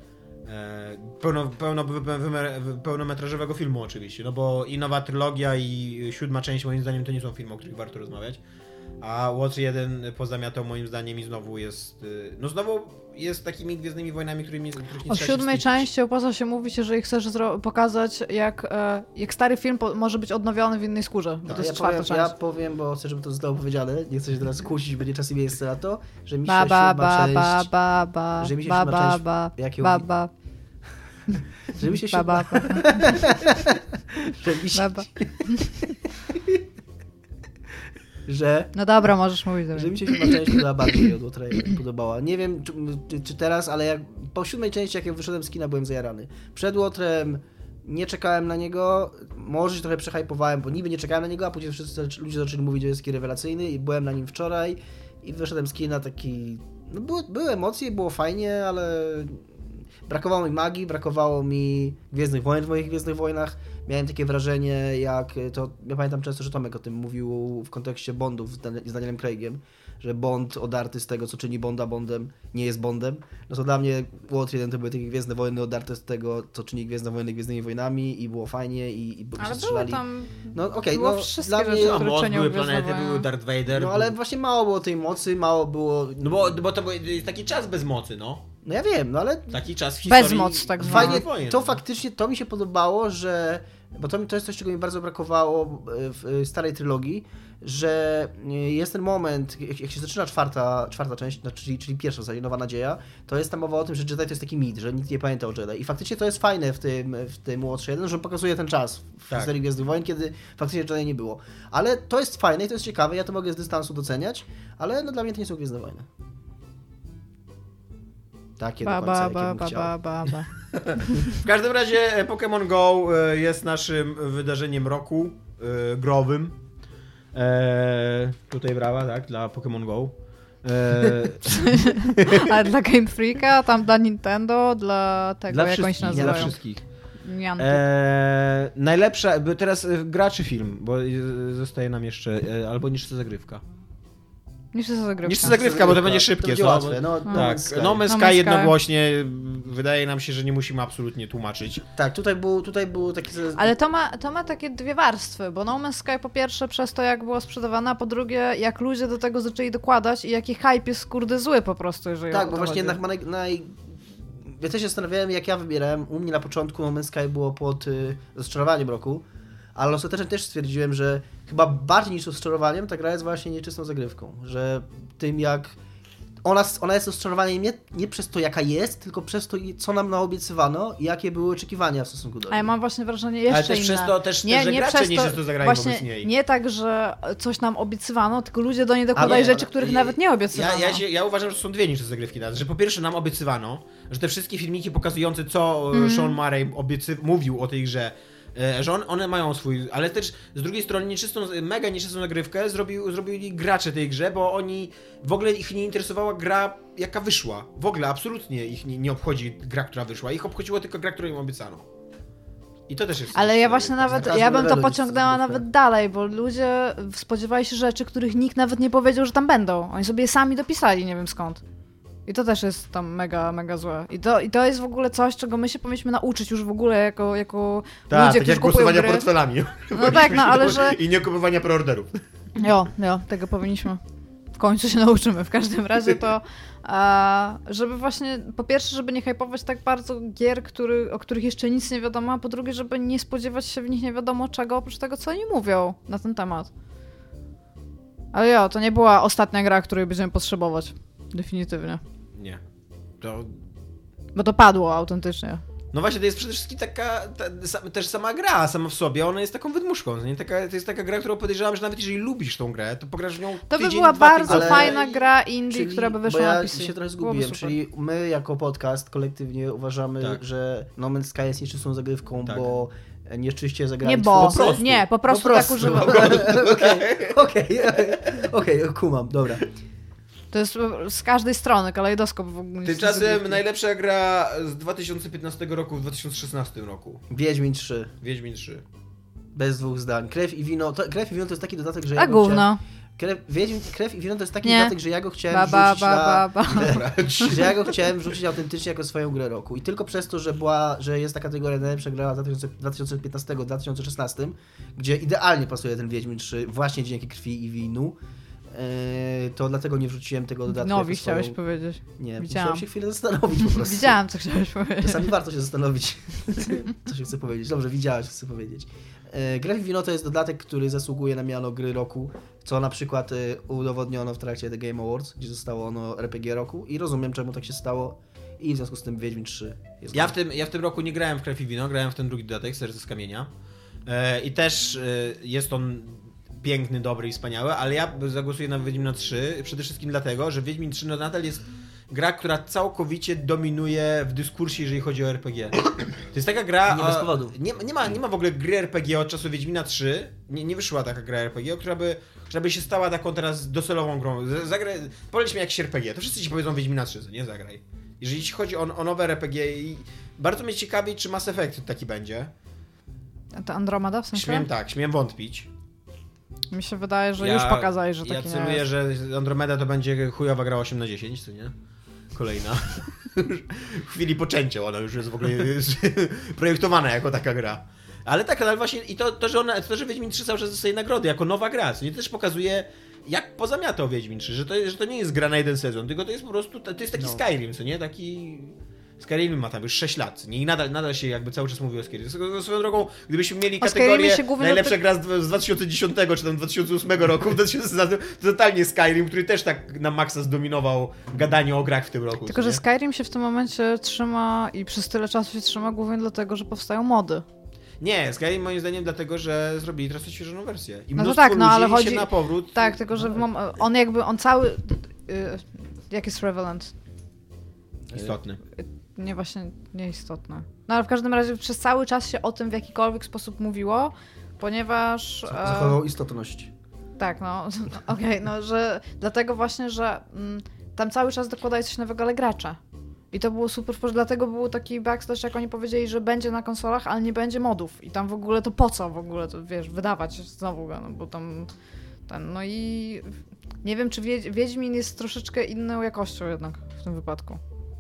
pełnometrażowego filmu oczywiście, no bo i nowa trylogia i 7. część moim zdaniem to nie są filmy, o których warto rozmawiać, a Łotr 1 pozamiatał moim zdaniem i znowu jest takimi Gwiezdnymi Wojnami, których nie O trzeba się 7. wstydzić. części opłaca się mówić, jeżeli chcesz pokazać, jak stary film może być odnowiony w innej skórze. Bo to jest 4. część. Ja powiem, bo chcę, żeby to zostało powiedziane, nie chcę się teraz kłócić, będzie czas i miejsce na to, że mi się No dobra, możesz mówić. Że mi się 7. część chyba bardziej od Łotra podobała. Nie wiem, czy teraz, ale po 7. części, jak ja wyszedłem z kina, byłem zajarany. Przed Łotrem nie czekałem na niego, może się trochę przehypowałem, bo niby nie czekałem na niego, a później wszyscy ludzie zaczęli mówić, że jest taki rewelacyjny i byłem na nim wczoraj i wyszedłem z kina taki... No były emocje, było fajnie, ale brakowało mi magii, brakowało mi Gwiezdnych Wojen w moich Gwiezdnych Wojnach. Miałem takie wrażenie, jak to... Ja pamiętam często, że Tomek o tym mówił w kontekście Bondów z Danielem Craigiem, że Bond odarty z tego, co czyni Bonda Bondem, nie jest Bondem. No to dla mnie Łotr 1 to były takie Gwiezdne Wojny odarte z tego, co czyni Gwiezdne Wojny Gwiezdnymi Wojnami i było fajnie i Ale się strzelali. były tam... No okej, było no wszystkie dla mnie... rzeczy, No, które moc, czynią były Gwiezdne planety, Wojny. były Darth Vader. No ale właśnie mało było tej mocy, mało było... No bo to był taki czas bez mocy, no. No ja wiem, no ale Taki czas w historii. Bezmoc, tak zwana. fajnie, wojen. to faktycznie, to mi się podobało, że... Bo to jest coś, czego mi bardzo brakowało w starej trylogii, że jest ten moment, jak się zaczyna czwarta część, czyli pierwsza w zasadzie, Nowa Nadzieja, to jest tam mowa o tym, że Jedi to jest taki mit, że nikt nie pamięta o Jedi. I faktycznie to jest fajne w tym Łotrze 1, że pokazuje ten czas w historii Gwiezdnych Wojen, kiedy faktycznie Jedi nie było. Ale to jest fajne i to jest ciekawe, ja to mogę z dystansu doceniać, ale no dla mnie to nie są Gwiezdne Wojny. Takie do końca, jakie bym chciał. W każdym razie Pokémon Go jest naszym wydarzeniem roku growym. Tutaj brawa, tak, dla Pokémon Go. Ale dla Game Freaka, tam dla Nintendo, dla tego, Dla jak oni się wszystkich, nie dla nazywają. wszystkich. Nianty. Najlepsza, bo teraz gra czy film, bo zostaje nam jeszcze, albo niższa zagrywka. Niższa zagrywka. Niższa zagrywka, bo to będzie szybkie. To będzie łatwe. No Tak, Man's Sky. No Man's No Man's Sky Sky. jednogłośnie, wydaje nam się, że nie musimy absolutnie tłumaczyć. Tak, tutaj był taki... Ale to ma takie dwie warstwy, bo No Man's Sky po pierwsze przez to, jak było sprzedawane, a po drugie, jak ludzie do tego zaczęli dokładać i jaki hype jest kurde zły po prostu, jeżeli Tak, o bo to właśnie chodzi. Ja też się zastanawiałem, jak ja wybierałem. U mnie na początku No Man's Sky było pod rozczarowaniem roku, ale ostatecznie też stwierdziłem, że chyba bardziej niż rozczarowaniem ta gra jest właśnie nieczystą zagrywką, że tym jak... Ona jest rozczarowaniem nie przez to, jaka jest, tylko przez to, co nam naobiecywano i jakie były oczekiwania w stosunku do niej. A ja mam właśnie wrażenie jeszcze Ale też inne. przez to też, że gracze nieczęsto zagrają właśnie wobec niej. nie tak, że coś nam obiecywano, tylko ludzie do niej dokładali rzeczy, których nawet nie obiecywano. Ja uważam, że są dwie niższe zagrywki. Że po pierwsze nam obiecywano, że te wszystkie filmiki pokazujące, co Sean Murray mówił o tej grze, że one mają swój, ale też z drugiej strony mega nieczystą nagrywkę zrobili gracze tej grze, bo oni w ogóle ich nie interesowała gra, jaka wyszła. W ogóle absolutnie ich nie obchodzi gra, która wyszła. Ich obchodziło tylko gra, którą im obiecano. I to też jest... Ale ja właśnie ja bym to levelu pociągnęła jest nawet dalej, bo ludzie spodziewali się rzeczy, których nikt nawet nie powiedział, że tam będą. Oni sobie je sami dopisali, nie wiem skąd. I to też jest tam mega, mega złe. I to jest w ogóle coś, czego my się powinniśmy nauczyć już w ogóle jako ludzie, którzy kupują gry. portfelami. No tak, no ale że... I nie kupowania preorderów. Jo, tego powinniśmy. W końcu się nauczymy. W każdym razie to, żeby właśnie, po pierwsze, żeby nie hypować tak bardzo gier, o których jeszcze nic nie wiadomo, a po drugie, żeby nie spodziewać się w nich nie wiadomo czego, oprócz tego, co oni mówią na ten temat. Ale to nie była ostatnia gra, której będziemy potrzebować. Definitywnie. Nie. To... Bo to padło autentycznie. No właśnie, to jest przede wszystkim też sama gra, sama w sobie, ona jest taką wydmuszką, nie? To jest taka gra, którą podejrzewam, że nawet jeżeli lubisz tą grę, to pograsz w nią To by tydzień, była 2 bardzo tygodnie. fajna gra indie, która by Bo wyszła na ja PC. się trochę Byłoby zgubiłem, super. czyli my jako podcast kolektywnie uważamy, Tak. że No Man's Sky jest nieczystą zagrywką, Tak. bo nieczyście zagrali Nie bo, twórcy. po prostu tak używam. Okej, kumam, dobra. To jest z każdej strony, kalejdoskop w ogóle. Tymczasem najlepsza gra z 2015 roku w 2016 roku. Wiedźmin 3, Wiedźmin 3. bez dwóch zdań. Krew i wino to jest taki dodatek, że A gówno. Krew i wino to jest taki Nie. dodatek, że ja go chciałem Ba, wrzucić ba, ba, ba. Dobra. że ja go chciałem wrzucić autentycznie jako swoją grę roku. I tylko przez to, że jest ta kategoria najlepsza gra 2015-2016, gdzie idealnie pasuje ten Wiedźmin 3 właśnie dzięki krwi i winu, to dlatego nie wrzuciłem tego dodatku. Nowi jako chciałeś swoją... powiedzieć. Nie, Widziałam. musiałem się chwilę zastanowić po prostu. Widziałam, co chciałeś powiedzieć. Czasami warto się zastanowić, co się chce powiedzieć. Dobrze, widziałeś, co chcę powiedzieć. Krew i wino to jest dodatek, który zasługuje na miano gry roku, co na przykład udowodniono w trakcie The Game Awards, gdzie zostało ono RPG roku i rozumiem, czemu tak się stało i w związku z tym Wiedźmin 3 jest Ja w tym roku nie grałem w Krew i Wino, grałem w ten drugi dodatek, Serce z Kamienia. I też jest on piękny, dobry i wspaniały, ale ja zagłosuję na Wiedźmina 3 przede wszystkim dlatego, że Wiedźmin 3 nadal jest gra, która całkowicie dominuje w dyskursie, jeżeli chodzi o RPG. To jest taka gra... Nie bez powodu. Nie ma w ogóle gry RPG od czasu Wiedźmina 3. Nie wyszła taka gra RPG, która by się stała taką teraz docelową grą. Powiedz mi jakiś RPG, to wszyscy ci powiedzą Wiedźmina 3, nie zagraj. Jeżeli chodzi o nowe RPG i bardzo mnie ciekawi, czy Mass Effect taki będzie. A to Andromeda w sensie? Śmiem wątpić. Mi się wydaje, że już pokazali, że taki Ja nie celuję, jest. że Andromeda to będzie chujowa gra 8/10, co nie? Kolejna. W chwili poczęcia ona już jest w ogóle projektowana jako taka gra. Ale tak, ale właśnie i że Wiedźmin 3 cały czas dostaje nagrody jako nowa gra, co nie? To też pokazuje, jak pozamiatał Wiedźmin 3, że to nie jest gra na jeden sezon, tylko to jest po prostu, to jest taki Skyrim, co nie? Taki... Skyrim ma tam już 6 lat, nie? I nadal się jakby cały czas mówi o Skyrim. Swoją drogą, gdybyśmy mieli kategorię najlepsza gra z 2010 czy tam 2008 roku, w 2016, to totalnie Skyrim, który też tak na maksa zdominował gadanie o grach w tym roku. Tylko, co że nie? Skyrim się w tym momencie trzyma i przez tyle czasu się trzyma głównie dlatego, że powstają mody. Nie, Skyrim moim zdaniem dlatego, że zrobili teraz odświeżoną wersję. I No to mnóstwo tak, no ale ludzi się chodzi... na powrót... Tak, tylko że on cały... jak jest Revelant? Istotny. Nie, właśnie nieistotne. No ale w każdym razie przez cały czas się o tym w jakikolwiek sposób mówiło, ponieważ... Zachował istotność. Tak, no, okej, no, że dlatego właśnie, że tam cały czas dokładają coś nowego, ale gracze. I to było super, dlatego był taki backstash, jak oni powiedzieli, że będzie na konsolach, ale nie będzie modów. I tam w ogóle to po co w ogóle, to wiesz, wydawać znowu go, no bo tam... no i nie wiem, czy Wiedźmin jest troszeczkę inną jakością jednak w tym wypadku.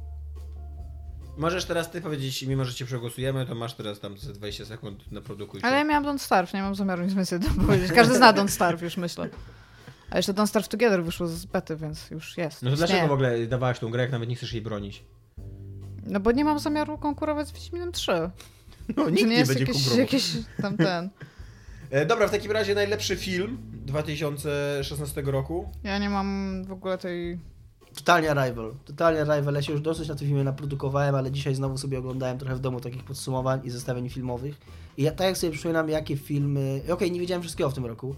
Możesz teraz ty powiedzieć, mimo że cię przegłosujemy, to masz teraz tam ze 20 sekund na produkujcie. Ale ja miałam Don't Starve, nie mam zamiaru nic więcej powiedzieć. Każdy zna Don't Starve, już myślę. A jeszcze Don't Starve Together wyszło z bety, więc już jest. No to dlaczego Nie. w ogóle dawałaś tą grę, jak nawet nie chcesz jej bronić? No bo nie mam zamiaru konkurować z Wiedźminem 3. No To nikt nie jest będzie konkurował. jakiś tam ten... Dobra, w takim razie najlepszy film 2016 roku. Ja nie mam w ogóle tej... Totalnie Arrival. Ja się już dosyć na tym filmie naprodukowałem, ale dzisiaj znowu sobie oglądałem trochę w domu takich podsumowań i zestawień filmowych. I ja tak jak sobie przypominam, jakie filmy... Okej, nie widziałem wszystkiego w tym roku,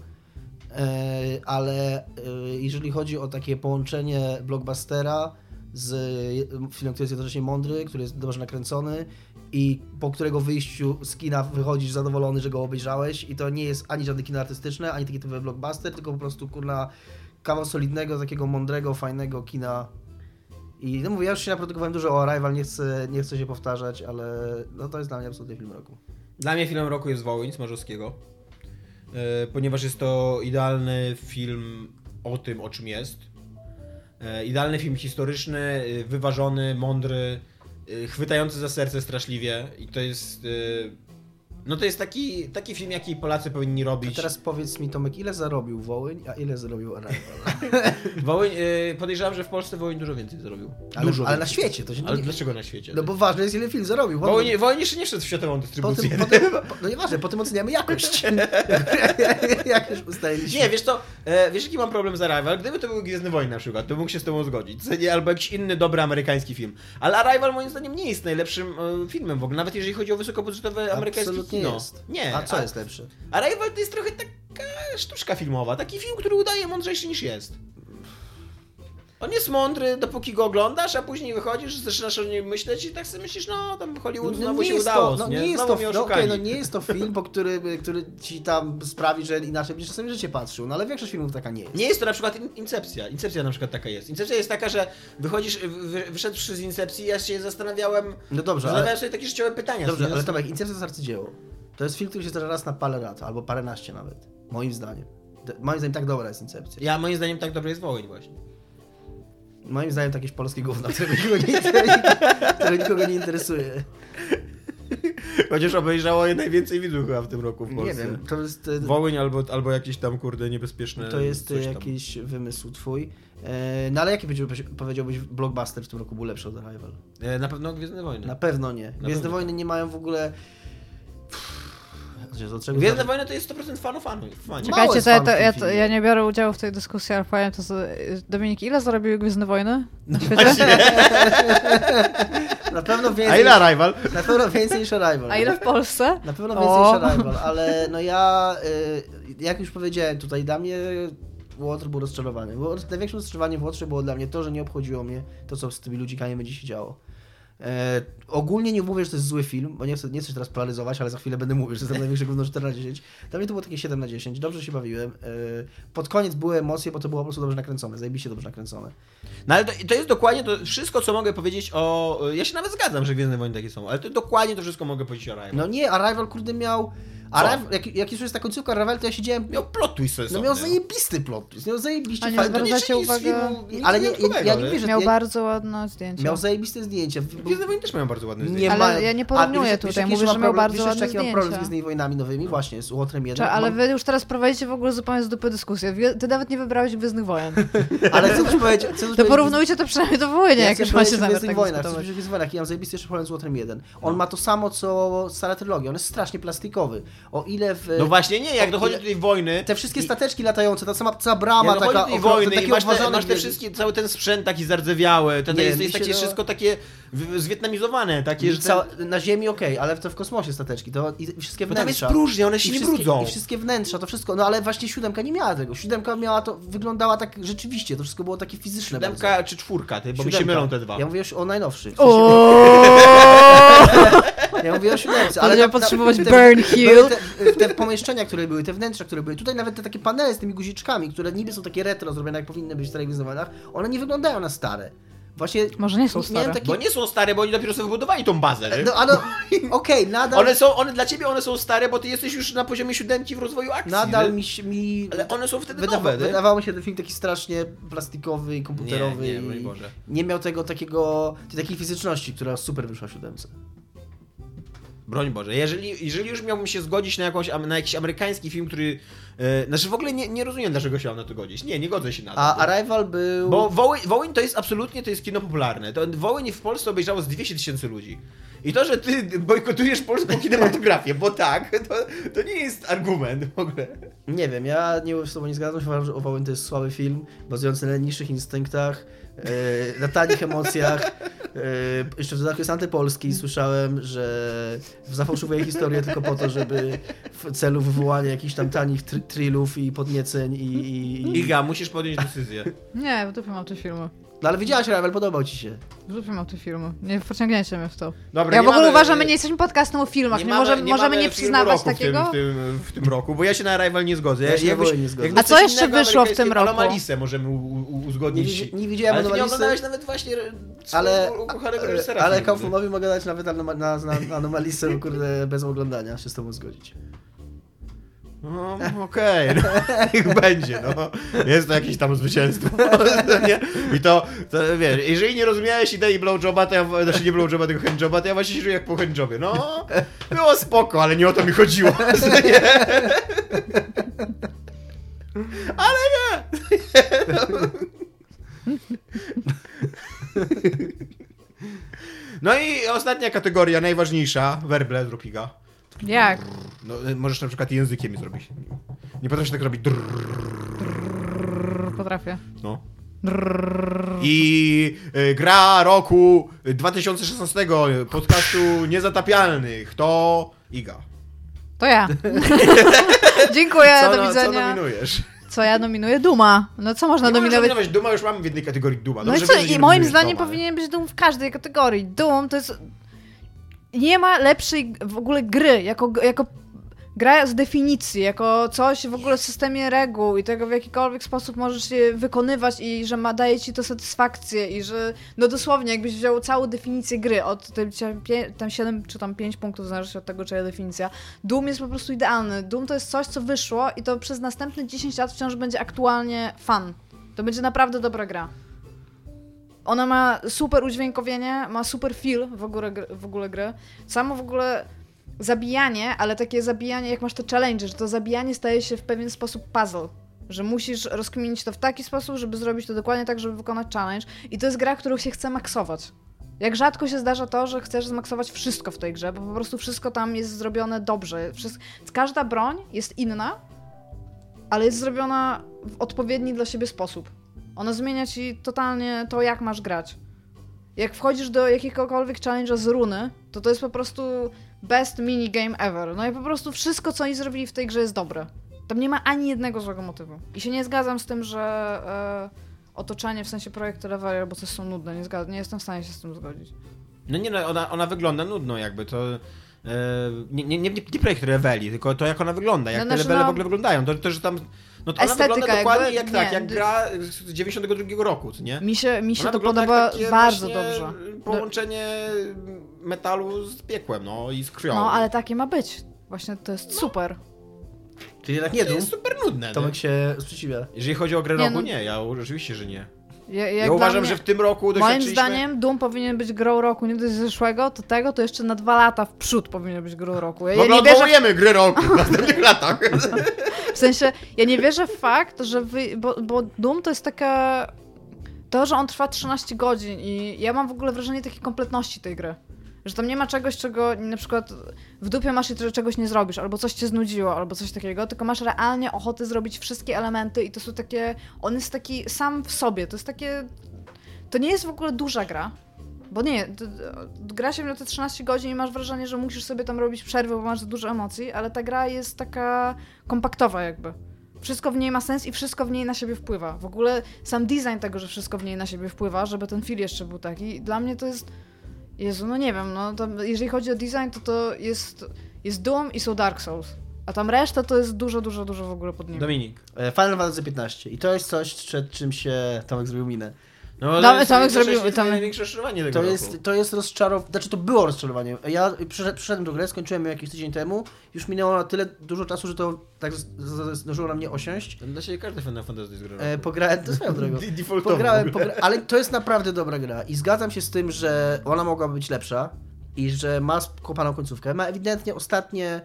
ale jeżeli chodzi o takie połączenie blockbustera z filmem, który jest jednocześnie mądry, który jest dobrze nakręcony i po którego wyjściu z kina wychodzisz zadowolony, że go obejrzałeś i to nie jest ani żadne kino artystyczne, ani taki typowy blockbuster, tylko po prostu kurna kawał solidnego, takiego mądrego, fajnego kina. I no mówię, ja już się naprodukowałem dużo o Arrival, nie chcę się powtarzać, ale no to jest dla mnie absolutnie film roku. Dla mnie filmem roku jest Wołyń Smarzowskiego, ponieważ jest to idealny film o tym, o czym jest. Idealny film historyczny, wyważony, mądry, chwytający za serce straszliwie i to jest No to jest taki film, jaki Polacy powinni A robić. teraz powiedz mi, Tomek, ile zarobił Wołyń, a ile zarobił Arrival? Wołyń, podejrzewam, że w Polsce Wołyń dużo więcej zarobił. Ale Dużo na więcej. świecie to się Ale nie... dlaczego na świecie? No bo ważne jest, ile film zarobił. Wołyń jeszcze nie wszedł w światową dystrybucję. No nieważne, potem oceniamy jakość. Jak już ustaliliśmy. Nie, wiesz co, wiesz jaki mam problem z Arrival? Gdyby to był Gwiezdny Wojny na przykład, to mógł się z tobą zgodzić. Albo jakiś inny, dobry amerykański film. Ale Arrival moim zdaniem nie jest najlepszym filmem w ogóle, nawet jeżeli chodzi o wysokobudżetowe amerykańskie Absolutnie kino. jest. Nie. A co jest lepsze? Arrival to jest trochę taka sztuczka filmowa, taki film, który udaje mądrzejszy niż jest. On jest mądry, dopóki go oglądasz, a później wychodzisz, zaczynasz o nim myśleć i tak sobie myślisz, no tam Hollywood znowu się udało, znowu mnie oszukali. No nie jest to film, który ci tam sprawi, że inaczej będziesz sobie życie patrzył, no ale większość filmów taka nie jest. Nie jest to na przykład Incepcja. Incepcja na przykład taka jest. Incepcja jest taka, że wychodzisz, wyszedłszy z Incepcji, ja się zastanawiałem, No dobrze, zastanawiałem sobie takie życiowe pytania. Dobrze, ale Tomek, Incepcja to jest arcydzieło. To jest film, który się zdarza raz na parę lat, albo paręnaście nawet. Moim zdaniem. Moim zdaniem tak dobra jest Incepcja. Moim zdaniem tak dobry jest Wołyń właśnie. Moim zdaniem to jakieś polskie gówno, które nikogo nie interesuje. Chociaż obejrzało je najwięcej widzów chyba w tym roku w Polsce. Nie wiem, to jest... Wołyń albo jakieś tam, kurde, niebezpieczne To jest coś tam. jakiś wymysł twój. No ale jaki powiedziałbyś blockbuster w tym roku był lepszy od Arrival? Na pewno Gwiezdne Wojny. Na pewno nie. Gwiezdne pewno. Wojny nie mają w ogóle... Gwiezdne Wojny to jest 100% fanu. Mało Czekajcie, jest to ja, fanów to, w ja, tym to, filmie. ja nie biorę udziału w tej dyskusji, ale powiem to, Dominik, ile zarobiły Gwiezdne Wojny na świecie? Na pewno A więcej, ile Arrival? na pewno więcej niż Arrival. A ile w Polsce? Na pewno więcej O. niż Arrival, ale no ja, jak już powiedziałem tutaj, dla mnie Łotr był rozczarowany. Największym rozczarowaniem w Łotrze było dla mnie to, że nie obchodziło mnie to, co z tymi ludzikami będzie się działo. Ogólnie nie mówię, że to jest zły film, bo nie chcę się teraz polaryzować, ale za chwilę będę mówił, że to jest największe gówno 4/10. Dla mnie to było takie 7/10, dobrze się bawiłem. Pod koniec były emocje, bo to było po prostu dobrze nakręcone, zajebiście dobrze nakręcone. No ale to jest dokładnie to wszystko, co mogę powiedzieć o... Ja się nawet zgadzam, że Gwiezdne Wojny takie są, ale to dokładnie to wszystko mogę powiedzieć o Arrival. No nie, Arrival kurde miał... Jak już jest ta końcówka Arrival, to ja siedziałem... Miał plot twist sensowny. No miał zajebisty plot twist, miał zajebiście A nie fajny... To nie zwracacie czyni z uwagę- filmu nic Ale nie, wyjątkowego, ja nie ale- mówię, że... Miał ja, bardzo ładne zdjęcia. miał zajebiste zdjęcia. Gwiezdne Wojny też mają bardzo ładne Nie zdjęcia. Ale mają- ja nie A porównuję wiesz, tutaj, jaki mówię, mam że miał problem- bardzo wiesz, ładne jaki mam problem z zdjęcia. Gwiezdnymi Wojnami nowymi? Właśnie, z Łotrem 1. Ale wy już teraz prowadzicie w ogóle zupełnie z dupy dyskusję. Ty nawet nie wybrałeś Gwiezdnych Wojen. Ale chcę coś powiedzieć... To porównujcie to przynajmniej do Wojny, jak już macie zamiar tak Wojnach. dyskutować. Chcę powiedzieć o Wojnach. Ja mam zajebisty jeszcze problem z Łotrem 1. On ma to samo, co stara trylogia. On jest strasznie plastikowy. O ile w... No właśnie nie, jak dochodzi do tej wojny... Te wszystkie stateczki latające, ta sama cała brama, Jak dochodzi taka do tej wojny i taki masz te obważony wszystkie, cały ten sprzęt taki zardzewiały, Nie, jest mi się takie to- wszystko takie zwietnamizowane, takie, że... Na ziemi okej, ale w kosmosie stateczki, to i wszystkie Bo tam jest wnętrza. próżnia, one się I nie wszystkie, brudzą. I wszystkie wnętrza, to wszystko, no ale właśnie 7 nie miała tego. 7 miała to, wyglądała tak rzeczywiście, to wszystko było takie fizyczne. bardzo. 7 czy 4, bo mi się 7. mylą te dwa. Ja mówię już o najnowszych. O! Ja mówię o 7, Ale ale nie potrzebować te Burn Hill. te pomieszczenia, które były, te wnętrza, które były, tutaj nawet te takie panele z tymi guziczkami, które niby są takie retro zrobione, jak powinny być w starych Gwiezdnych Wojnach, one nie wyglądają na stare. Właśnie Może nie są miałem stare. taki... Bo nie są stare, bo oni dopiero sobie wybudowali tą bazę. nie? No ale okej, nadal... Dla ciebie one są stare, bo ty jesteś już na poziomie 7 w rozwoju akcji. Nadal nie? mi... Ale one są wtedy nowe, nie? Wydawało mi się ten film taki strasznie plastikowy i komputerowy. Nie, broń i Boże. nie miał tej takiej fizyczności, która super wyszła w 7. Broń Boże. Jeżeli już miałbym się zgodzić na jakiś amerykański film, który... Znaczy w ogóle nie rozumiem, dlaczego się mam na to godzić. Nie godzę się na to. A Arrival był... Bo Wołyń to jest absolutnie kino popularne. To Wołyń w Polsce obejrzało z 200 000 ludzi. I to, że ty bojkotujesz polską kinematografię, bo tak, to nie jest argument w ogóle. Nie wiem, ja z tobą nie zgadzam się, uważam, że Wołyń to jest słaby film, bazujący na najniższych instynktach, na tanich emocjach. Jeszcze w dodatku jest antypolski. Słyszałem, że zafałszowuje historię tylko po to, żeby w celu wywołania jakichś tam tanich thrillów i podnieceń i... Iga, musisz podjąć decyzję. Nie, w dupie mam te filmy. No ale widziałaś Arrival, podobał ci się. W dupie mam te filmy. Nie pociągniecie mnie w to. Dobra, Ja nie w ogóle mamy- uważam, my nie jesteśmy podcastem o filmach. Nie możemy mamy nie filmu przyznawać roku takiego. w tym roku, bo ja się na Arrival nie zgodzę. Ja się na Wołyń nie zgodzę. A co jeszcze wyszło w tym roku? Anomalisę możemy uzgodnić. Nie widziałem Ale ty nie Anomalisy, oglądałeś nawet właśnie ukochanego reżysera ale filmu. Kaufmanowi mogę dać nawet na Anomalisę, kurde, bez oglądania, się z tobą zgodzić. No, okej, no, niech będzie, no. Jest to jakieś tam zwycięstwo, nie? I to, wiesz, jeżeli nie rozumiałeś idei blowjoba, to ja, znaczy nie blowjoba, tylko handjoba, to ja właśnie się czuję jak po handjobie. No, było spoko, ale nie o to mi chodziło, nie? Ale nie! No i ostatnia kategoria, najważniejsza, werble z Rupiga. Jak? No, możesz na przykład językiem mi zrobić. Nie potrafisz tak robić. Potrafię. No. I gra roku 2016 podcastu Niezatapialnych to Iga. To ja. Dziękuję, do Co widzenia. nominujesz? Co ja nominuję? Duma. No co można Nie możesz nominować? nominować Duma, już mamy w jednej kategorii Duma. No i Dobrze co? wiesz, że I nie moim nominujesz zdaniem Duma, powinien być Doom w każdej kategorii. Doom to jest... Nie ma lepszej w ogóle gry, jako gra z definicji, jako coś w ogóle w systemie reguł i tego w jakikolwiek sposób możesz je wykonywać i że daje ci to satysfakcję i że no dosłownie jakbyś wziął całą definicję gry od tam 7 czy tam 5 punktów, zależy od tego czyja definicja. Doom jest po prostu idealny. Doom to jest coś, co wyszło i to przez następne 10 lat wciąż będzie aktualnie fun. To będzie naprawdę dobra gra. Ona ma super udźwiękowienie, ma super feel w ogóle gry. Samo w ogóle zabijanie, ale takie zabijanie, jak masz te challenge, że to zabijanie staje się w pewien sposób puzzle. Że musisz rozkminić to w taki sposób, żeby zrobić to dokładnie tak, żeby wykonać challenge. I to jest gra, którą się chce maksować. Jak rzadko się zdarza to, że chcesz zmaksować wszystko w tej grze, bo po prostu wszystko tam jest zrobione dobrze. Każda broń jest inna, ale jest zrobiona w odpowiedni dla siebie sposób. Ona zmienia ci totalnie to, jak masz grać. Jak wchodzisz do jakiegokolwiek challenge'a z runy, to jest po prostu best minigame ever. No i po prostu wszystko, co oni zrobili w tej grze jest dobre. Tam nie ma ani jednego złego motywu. I się nie zgadzam z tym, że otoczenie, w sensie projekty levely albo coś są nudne. Nie jestem w stanie się z tym zgodzić. No nie, no, ona wygląda nudno jakby, to... Nie projekt leveli, tylko to jak ona wygląda, jak No, te znaczy, levele no, w ogóle wyglądają, to że tam... No to ona estetyka wygląda dokładnie jakby, jak gra z 92 roku, co nie? Mi się Ona to wygląda podoba jak takie bardzo właśnie dobrze. połączenie metalu z piekłem, no i z krwią. No, ale takie ma być. Właśnie to jest super. Czyli jednak nie to Doom. jest super nudne. Tomek Nie? się sprzeciwia. Jeżeli chodzi o grę Nie, roku, no- nie, ja oczywiście, że nie. Jak Ja dla uważam, mnie- że w tym roku Moim doświadczyliśmy... zdaniem Doom powinien być grą roku, nie dość zeszłego, to jeszcze na 2 lata w przód powinien być grą roku. W ogóle odwołujemy gry roku w następnych latach. W sensie, ja nie wierzę w fakt, że bo Doom to jest taka... To, że on trwa 13 godzin i ja mam w ogóle wrażenie takiej kompletności tej gry. Że tam nie ma czegoś, czego na przykład w dupie masz i czegoś nie zrobisz, albo coś cię znudziło, albo coś takiego, tylko masz realnie ochotę zrobić wszystkie elementy i to są takie... On jest taki sam w sobie, to jest takie... To nie jest w ogóle duża gra, bo nie, gra się na te 13 godzin i masz wrażenie, że musisz sobie tam robić przerwy, bo masz za dużo emocji, ale ta gra jest taka kompaktowa jakby. Wszystko w niej ma sens i wszystko w niej na siebie wpływa. W ogóle sam design tego, że wszystko w niej na siebie wpływa, żeby ten feel jeszcze był taki, dla mnie to jest... Jezu, no nie wiem, no to jeżeli chodzi o design, to jest Doom i są Dark Souls. A tam reszta to jest dużo w ogóle pod nim. Dominik. Final Fantasy 15. I to jest coś, przed czym się Tomek zrobił minę. No, Tomek zrobił... największe rozczarowanie tego roku. To jest rozczarowanie, znaczy to było rozczarowanie. Ja przyszedłem do gry, skończyłem ją jakiś tydzień temu, już minęło na tyle dużo czasu, że to tak zdążyło na mnie osiąść. Dla siebie każdy Final Fantasy jest grą. Pograłem, to swoją drogą. Defaultowo. Ale to jest naprawdę dobra gra i zgadzam się z tym, że ona mogła być lepsza i że ma skopaną końcówkę. Ma ewidentnie ostatnie...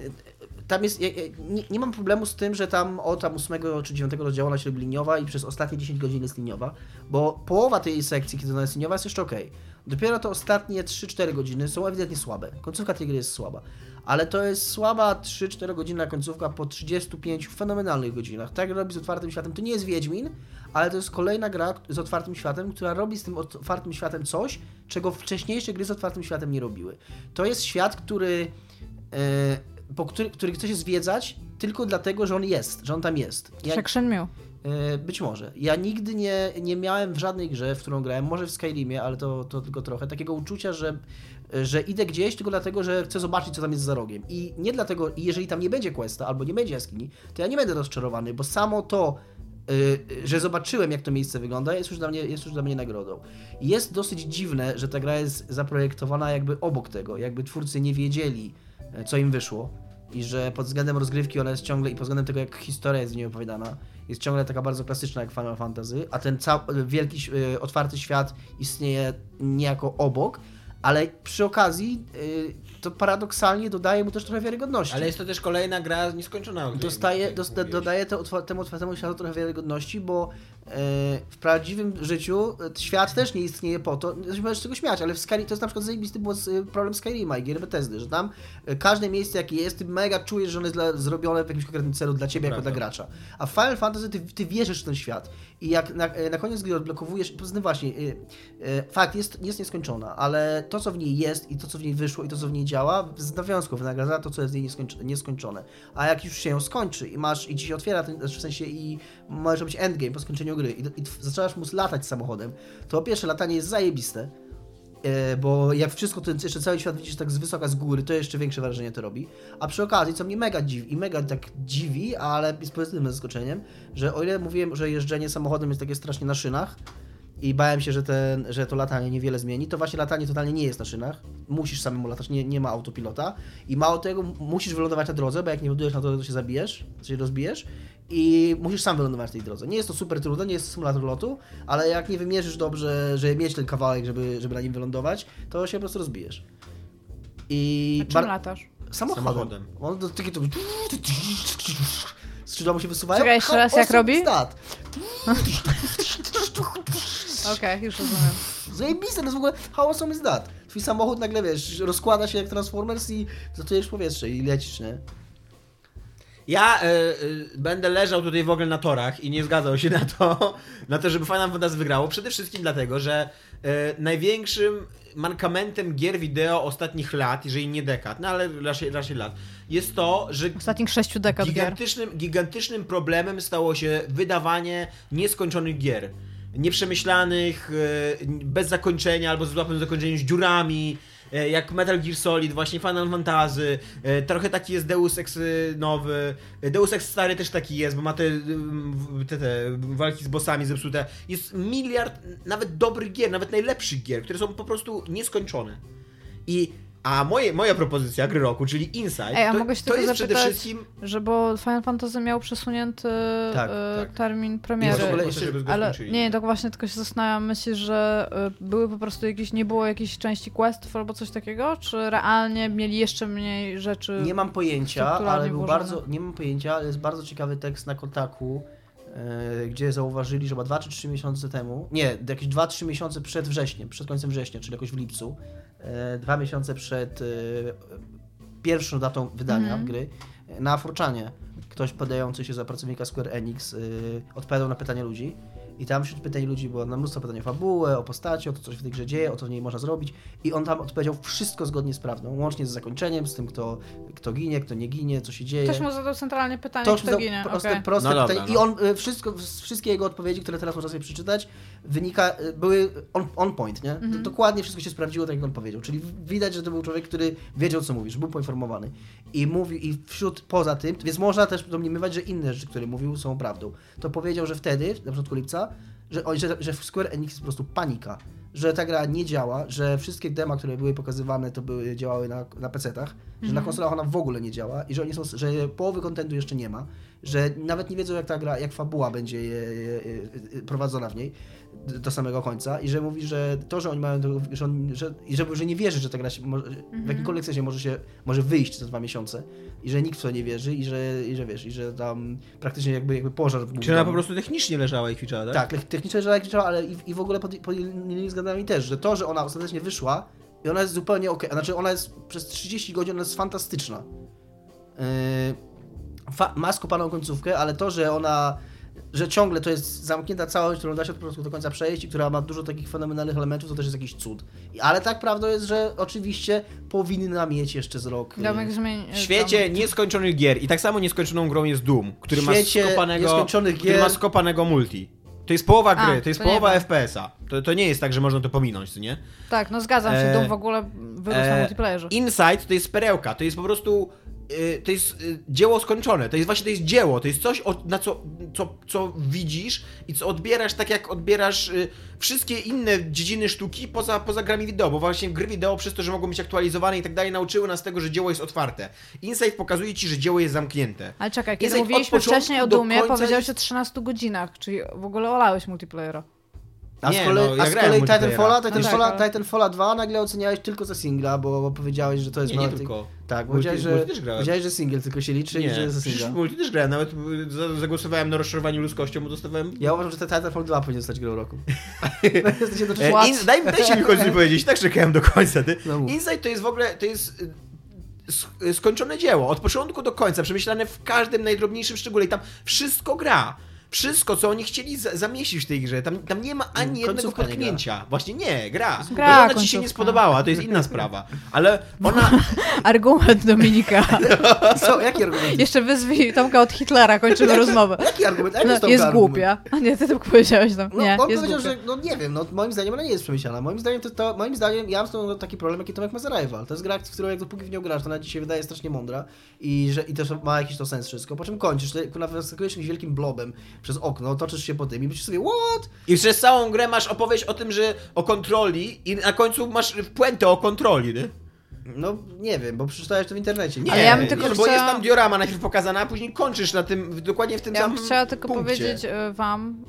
Tam jest, nie mam problemu z tym, że tam od 8 czy 9 rozdziału ona się robi liniowa i przez ostatnie 10 godzin jest liniowa, bo połowa tej sekcji, kiedy ona jest liniowa, jest jeszcze okej. Dopiero to ostatnie 3-4 godziny są ewidentnie słabe. Końcówka tej gry jest słaba. Ale to jest słaba 3-4 godzinna końcówka po 35 fenomenalnych godzinach. Tak robi z otwartym światem. To nie jest Wiedźmin, ale to jest kolejna gra z otwartym światem, która robi z tym otwartym światem coś, czego wcześniejsze gry z otwartym światem nie robiły. To jest świat, który chce się zwiedzać tylko dlatego, że on jest, że on tam jest. Section Mew. Być może. Ja nigdy nie miałem w żadnej grze, w którą grałem, może w Skyrimie, ale to tylko trochę, takiego uczucia, że idę gdzieś tylko dlatego, że chcę zobaczyć, co tam jest za rogiem. I nie dlatego, jeżeli tam nie będzie questa albo nie będzie jaskini, to ja nie będę rozczarowany, bo samo to, że zobaczyłem, jak to miejsce wygląda, jest już dla mnie nagrodą. I jest dosyć dziwne, że ta gra jest zaprojektowana jakby obok tego, jakby twórcy nie wiedzieli, co im wyszło. i że pod względem rozgrywki ona jest ciągle i pod względem tego, jak historia jest w niej opowiadana, jest ciągle taka bardzo klasyczna jak Final Fantasy, a ten wielki, otwarty świat istnieje niejako obok, ale przy okazji to paradoksalnie dodaje mu też trochę wiarygodności. Ale jest to też kolejna gra nieskończona. Dodaje temu otwartemu światu trochę wiarygodności, bo w prawdziwym życiu świat też nie istnieje po to, możesz z tego śmiać, ale w Skyrim to jest na przykład zajebisty problem Skyrima i gier Bethesdy, że tam każde miejsce jakie jest, ty mega czujesz, że ono jest zrobione w jakimś konkretnym celu dla ciebie jako dla gracza. A w Final Fantasy ty wierzysz w ten świat i jak na koniec gry odblokowujesz, właśnie, fakt jest nieskończona, ale to co w niej jest i to co w niej wyszło i to co w niej działa, z nawiązków wynagradza to co jest w niej nieskończone. A jak już się ją skończy i ci się otwiera, w sensie i możesz robić endgame po skończeniu gry i zaczynasz móc latać samochodem, to po pierwsze latanie jest zajebiste, bo jak wszystko, to jeszcze cały świat widzisz tak z wysoka, z góry, to jeszcze większe wrażenie to robi. A przy okazji, co mnie mega dziwi, i mega tak dziwi, ale z pozytywnym zaskoczeniem, że o ile mówiłem, że jeżdżenie samochodem jest takie strasznie na szynach i bałem się, że to latanie niewiele zmieni, to właśnie latanie totalnie nie jest na szynach. Musisz samemu latać, nie ma autopilota i mało tego, musisz wylądować na drodze, bo jak nie wylądujesz na drodze, to się zabijesz, to się rozbijesz i musisz sam wylądować w tej drodze. Nie jest to super trudne, nie jest to symulator lotu, ale jak nie wymierzysz dobrze, żeby mieć ten kawałek, żeby na nim wylądować, to się po prostu rozbijesz. A czym latasz? Samochodem. On do takie to... Skrzydła mu się wysuwają. Czekaj, jeszcze raz, jak robi? Okej, już rozumiem. Zajebiste, to jest w ogóle how awesome is that? Twój samochód nagle, wiesz, rozkłada się jak Transformers i zatujesz powietrze i lecisz, nie? Ja będę leżał tutaj w ogóle na torach i nie zgadzał się na to, żeby Final Fantasy wygrało. Przede wszystkim dlatego, że największym mankamentem gier wideo ostatnich lat, jeżeli nie dekad, no ale raczej lat, jest to, że Ostatnich 6 dekad gigantycznym problemem stało się wydawanie nieskończonych gier. Nieprzemyślanych, bez zakończenia albo z złapem zakończeniem, z dziurami, jak Metal Gear Solid, właśnie Final Fantasy, trochę taki jest Deus Ex nowy, Deus Ex stary też taki jest, bo ma te walki z bossami zepsute. Jest miliard nawet dobrych gier, nawet najlepszych gier, które są po prostu nieskończone. A moja propozycja gry roku, czyli Inside, mogę się to tylko jest zapytać, przede wszystkim... bo Final Fantasy miał przesunięty tak. termin premiery. Ale nie, tak właśnie tylko się zastanawiam, myślisz, że były po prostu nie było jakiejś części questów albo coś takiego, czy realnie mieli jeszcze mniej rzeczy? Nie mam pojęcia, ale jest bardzo ciekawy tekst na Kotaku, gdzie zauważyli, że chyba 2 czy 3 miesiące temu, nie, jakieś 2-3 miesiące przed wrześniem, przed końcem września, czyli jakoś w lipcu, 2 miesiące przed pierwszą datą wydania gry, na 4chanie ktoś podający się za pracownika Square Enix odpowiadał na pytania ludzi. I tam wśród pytań ludzi było na mnóstwo pytań o fabułę, o postaci, o to, co się w tej grze dzieje, o to, co w niej można zrobić. I on tam odpowiedział wszystko zgodnie z prawdą, łącznie z zakończeniem, z tym, kto ginie, kto nie ginie, co się dzieje. Ktoś mu zadał centralnie pytanie, kto ginie. Proste pytanie. I on, wszystkie jego odpowiedzi, które teraz można sobie przeczytać, były on point, nie? Dokładnie wszystko się sprawdziło tak, jak on powiedział. Czyli widać, że to był człowiek, który wiedział, co mówi, że był poinformowany. I mówił, i poza tym, więc można też domniemywać, że inne rzeczy, które mówił, są prawdą. To powiedział, że wtedy, na początku lipca, że w Square Enix jest po prostu panika, że ta gra nie działa, że wszystkie dema, które były pokazywane, to działały na PC-tach, że na konsolach ona w ogóle nie działa i że połowy kontentu jeszcze nie ma, że nawet nie wiedzą, jak ta gra, jak fabuła będzie prowadzona w niej do samego końca i że mówi, że to, że oni mają, że nie wierzy, że ta gra w jakimkolwiek sensie może wyjść za 2 miesiące i że nikt w to nie wierzy i że wiesz, i że tam praktycznie jakby pożar w Czy ona po prostu technicznie leżała i kwiczała, tak? Tak, technicznie leżała i kwiczała, ale i w ogóle pod innymi względami też, że to, że ona ostatecznie wyszła i ona jest zupełnie okej, znaczy ona jest przez 30 godzin, ona jest fantastyczna. Ma skopaną końcówkę, ale to, że ciągle to jest zamknięta całość, którą da się od początku do końca przejść i która ma dużo takich fenomenalnych elementów, to też jest jakiś cud. Ale tak prawdą jest, że oczywiście powinna mieć jeszcze z rok. W świecie nieskończonych gier i tak samo nieskończoną grą jest Doom, który ma skopanego multi. To jest połowa gry, to jest połowa FPS-a. To nie jest tak, że można to pominąć, co nie? Tak, no zgadzam się, Doom w ogóle wyrósł na multiplayerze. Inside to jest perełka, to jest po prostu dzieło skończone, to jest dzieło, to jest coś, na co widzisz i co odbierasz tak jak odbierasz wszystkie inne dziedziny sztuki poza grami wideo, bo właśnie gry wideo przez to, że mogą być aktualizowane i tak dalej, nauczyły nas tego, że dzieło jest otwarte. Insight pokazuje ci, że dzieło jest zamknięte. Ale czekaj, kiedy Insight od mówiliśmy początku wcześniej o do Doomie, końca powiedziałeś jest- o 13 godzinach, czyli w ogóle olałeś multiplayera. A Nie, z kolei, no, ja a z grałem kolei multiplayera. Titanfalla 2 nagle oceniałeś tylko za singla, bo powiedziałeś, że to jest Nie tylko. Tak, Multi powiedziałeś, też grałem. że single tylko się liczy i że jest za przecież singla. w multi też grałem, nawet zagłosowałem na rozczarowanie ludzkością, bo dostawałem... Ja uważam, że Titanfall 2 powinien zostać grą roku. Dajcie mi końcu powiedzieć, tak czekałem do końca. No mów. Insight to jest w ogóle, to jest skończone dzieło, od początku do końca, przemyślane w każdym najdrobniejszym szczególe i tam wszystko gra. Wszystko, co oni chcieli zamieścić w tej grze, tam nie ma ani jednego Końcówka nie potknięcia. Właśnie nie, gra. Gra, Może ona ci się końcówka. nie spodobała, to jest inna sprawa. Ale ona... Argument Dominika. Co? Jaki argument? Jeszcze wyzwij Tomka od Hitlera, kończymy rozmowę. Jaki argument? Jaki No, jest to jest argument? głupia. A nie, ty tak powiedziałeś tam. No, Nie, on jest powiedział, głupia. że, no nie wiem, no moim zdaniem ona nie jest przemyślana. Moim zdaniem ja mam z tą taki problem, jaki Tomek ma z Arrival. To jest gra, w którą jak dopóki w nią grasz, to ona ci się wydaje strasznie mądra i też ma jakiś to sens wszystko. Po czym kończysz, nawet skakujesz jakimś wielkim blobem przez okno, toczysz się po tym i myślisz sobie, what? I przez całą grę masz opowieść o tym, że o kontroli i na końcu masz puentę o kontroli, nie? No nie wiem, bo przeczytałeś to w internecie. Nie, Ale ja bym tylko bo chciała- jest tam diorama najpierw pokazana, a później kończysz na tym, dokładnie w tym Ja samym bym chciała tylko punkcie. powiedzieć wam,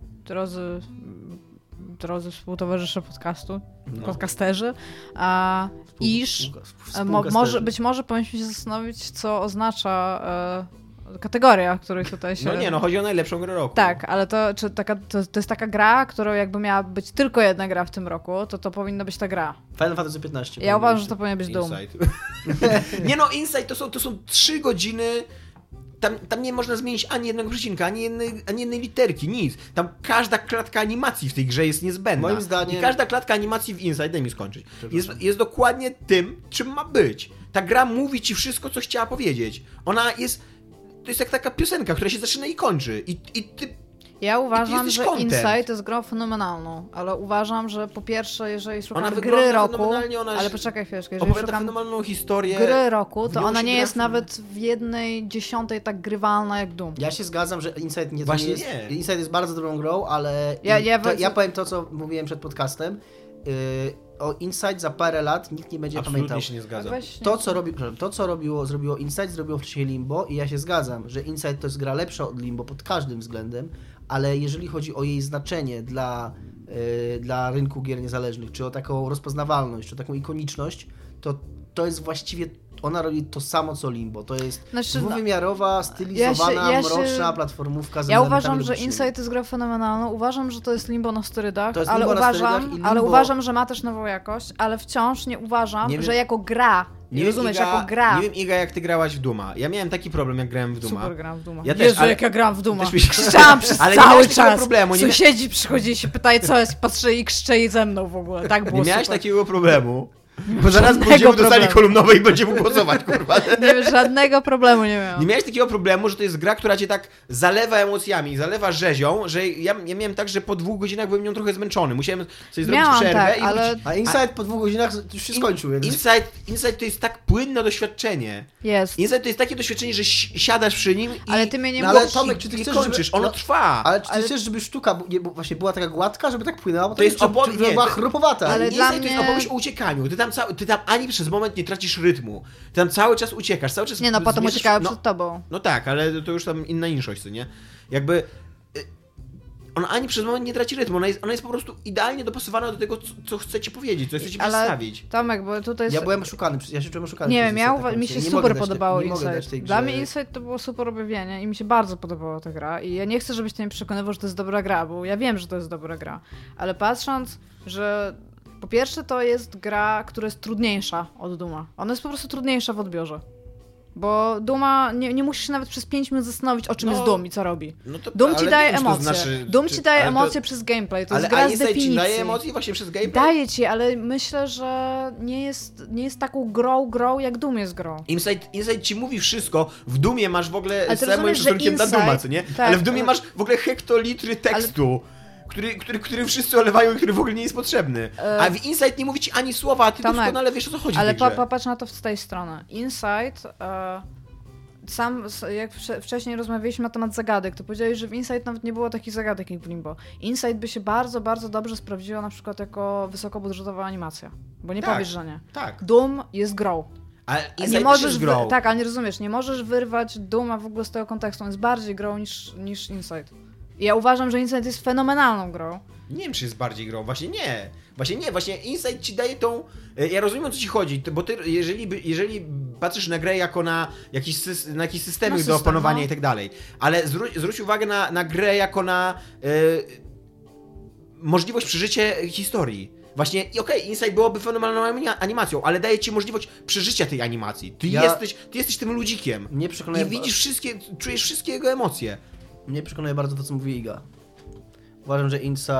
drodzy współtowarzysze podcastu, podcasterzy, iż być może powinniśmy się zastanowić, co oznacza kategoria, których tutaj się... No nie, no chodzi o najlepszą grę roku. Tak, ale to jest taka gra, którą jakby miała być tylko jedna gra w tym roku, to powinna być ta gra. Final Fantasy 15. Ja uważam, że to powinien być Doom. Insight. Nie no, Insight to są 3 godziny. Tam nie można zmienić ani jednego przecinka, ani jednej literki, nic. Tam każda klatka animacji w tej grze jest niezbędna. Moim zdaniem- I każda klatka animacji w Insight, daj mi skończyć, jest dokładnie tym, czym ma być. Ta gra mówi ci wszystko, co chciała powiedzieć. To jest jak taka piosenka, która się zaczyna i kończy. I ty... Ja uważam, jesteś że content. Insight jest grą fenomenalną, ale uważam, że po pierwsze, jeżeli szukam Ona gry wygląda roku, fenomenalnie, ale poczekaj chwileczkę, jeżeli Opowiada szukam fenomenalną historię. gry roku, to w nią ona się nie gra jest w- nawet w 1/10 tak grywalna jak Doom. Ja się zgadzam, że Insight nie, to Właśnie nie jest. nie. Insight jest bardzo dobrą grą, ale ja powiem to, co mówiłem przed podcastem. O Insight za parę lat nikt nie będzie Absolutnie pamiętał. się nie zgadzam. Weź, To, co zrobiło Insight, zrobiło wcześniej Limbo i ja się zgadzam, że Insight to jest gra lepsza od Limbo pod każdym względem, ale jeżeli chodzi o jej znaczenie dla rynku gier niezależnych, czy o taką rozpoznawalność, czy o taką ikoniczność, to jest właściwie, ona robi to samo co Limbo. To jest Znaczy, dwuwymiarowa, stylizowana, ja się- mroczna platformówka z Ja elementami uważam, że logicznymi. Insight jest grą fenomenalną, uważam, że to jest Limbo na sterydach, To jest ale Limbo na sterydach i ale Limbo- uważam, że ma też nową jakość, ale wciąż nie uważam, Nie wiem- że jako gra, Nie rozumiesz, wiem, Iga, jako gra, Nie wiem, Iga, jak ty grałaś w Duma. Ja miałem taki problem, jak grałem w Duma. super gram w Duma. Ja też, Jezu, ale- jak ja gram w Duma. Też mi- Krzyczałam przez Ale nie cały miałeś takiego czas. problemu, nie mia- Sąsiedzi przychodzili się pytali, co jest, patrzę i krzyczeli ze mną w ogóle. Tak było Nie miałeś super. takiego problemu. Bo zaraz Żadnego pójdziemy do sali problemu. kolumnowej i będziemy głosować, kurwa. Nie, żadnego problemu nie miałam. Nie miałeś takiego problemu, że to jest gra, która cię tak zalewa emocjami, zalewa rzezią, że ja miałem tak, że po 2 godzinach byłem nią trochę zmęczony. Musiałem sobie zrobić Miałam przerwę tak, i ale- wrócić. A Insight po 2 godzinach już się skończył, więc... Insight to jest tak płynne doświadczenie. Jest. Insight to jest takie doświadczenie, że siadasz przy nim i Ale ty mnie nie No ale musisz- Tomek, czy ty nie chcesz, kończysz, żeby- ono no, trwa. Ale czy ty chcesz, żeby sztuka właśnie była taka gładka, żeby tak płynęła? Bo To jest opowieść- żeby nie, była to- chropowata. ale Ale dla to jest mnie- opowieść o uciekaniu. Ty tam ani przez moment nie tracisz rytmu. Ty tam cały czas uciekasz, cały czas... Nie no, potem zmierzasz- uciekałem no, przed tobą. No tak, ale to już tam inna inszość, co nie? Jakby... Ona ani przez moment nie traci rytmu, ona jest po prostu idealnie dopasowana do tego, co chce ci powiedzieć, co chce ci Ale przedstawić. Tomek, bo tutaj jest... Ja byłem oszukany, ja się czułem oszukany. Nie przez wiem, taką mi się misję. Nie super mogę dać podobało nie mogę dać Insight. tej Dla grze- mnie Insight to było super objawienie i mi się bardzo podobała ta gra. I ja nie chcę, żebyś ty mnie przekonywał, że to jest dobra gra, bo ja wiem, że to jest dobra gra. Ale patrząc, że po pierwsze to jest gra, która jest trudniejsza od Duma. Ona jest po prostu trudniejsza w odbiorze. Bo Duma, nie musisz się nawet przez 5 minut zastanowić, o czym No, jest Doom i co robi. No to, Doom ale ci nie daje wiem, czy to emocje. znaczy, Doom czy- ci daje ale to- emocje przez gameplay. To Ale jest gra z Insight ci definicji. daje emocje właśnie przez gameplay? Daje ci, ale myślę, że nie jest taką grą, jak Doom jest grą. Insight ci mówi wszystko. W Dumie masz w ogóle Ale ty z moim rozumiesz, że szacunkiem dla Duma, Insight- co nie? tak, Ale w Dumie ale- masz w ogóle hektolitry tekstu. który wszyscy olewają i który w ogóle nie jest potrzebny. A w Inside nie mówi ci ani słowa, a ty Tomek, doskonale wiesz, o co chodzi Ale w tej grze. popatrz na to z tej strony. Inside, jak wcześniej rozmawialiśmy na temat zagadek, to powiedziałeś, że w Inside nawet nie było takich zagadek jak w Limbo. Inside by się bardzo, bardzo dobrze sprawdziło na przykład jako wysokobudżetowa animacja. Bo nie Tak, powiesz, że nie. Tak. Doom jest grą. Ale Nie Inside możesz też jest grą. tak, ale nie rozumiesz, nie możesz wyrwać Dooma w ogóle z tego kontekstu. On jest bardziej grą niż Inside. I ja uważam, że Inside jest fenomenalną grą. Nie wiem, czy jest bardziej grą. Właśnie nie. Właśnie Inside ci daje tą... Ja rozumiem, o co ci chodzi, bo ty, jeżeli patrzysz na grę jako na jakiś systemik do system, opanowania no. i tak dalej, ale zwróć uwagę na grę jako na możliwość przeżycia historii. Właśnie, okej, Inside byłoby fenomenalną animacją, ale daje ci możliwość przeżycia tej animacji. Ty jesteś tym ludzikiem. Mnie przekonuje... I widzisz czujesz wszystkie jego emocje. Mnie przekonuje bardzo to, co mówi Iga. Uważam, że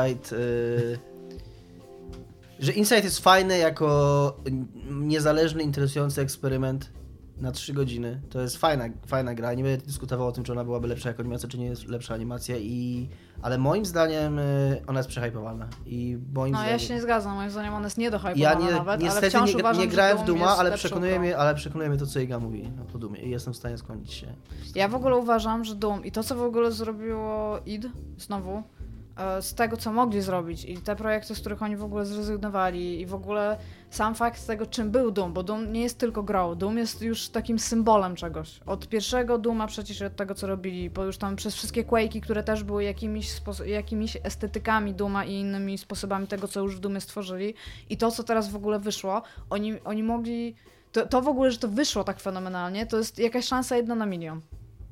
Inside jest fajny jako niezależny, interesujący eksperyment na 3 godziny. To jest fajna gra. Nie będę dyskutował o tym, czy ona byłaby lepsza jako animacja, czy nie jest lepsza animacja. Ale moim zdaniem ona jest przehypowana. Ja się nie zgadzam. Moim zdaniem ona jest niedohypowana nawet, niestety ale wciąż uważam, nie grałem że w Doom Dooma, jest ale lepszą przekonuje mnie to, co Iga mówi o Doomie i jestem w stanie skłonić się. Ja w ogóle uważam, że Doom i to, co w ogóle zrobiło id znowu, z tego, co mogli zrobić i te projekty, z których oni w ogóle zrezygnowali i w ogóle sam fakt tego, czym był Doom, bo Doom nie jest tylko grą, Doom jest już takim symbolem czegoś. Od pierwszego Dooma przecież od tego, co robili, bo już tam przez wszystkie Quake'i, które też były jakimiś estetykami Dooma i innymi sposobami tego, co już w Doomie stworzyli i to, co teraz w ogóle wyszło, oni mogli... To w ogóle, że to wyszło tak fenomenalnie, to jest jakaś szansa 1 na milion.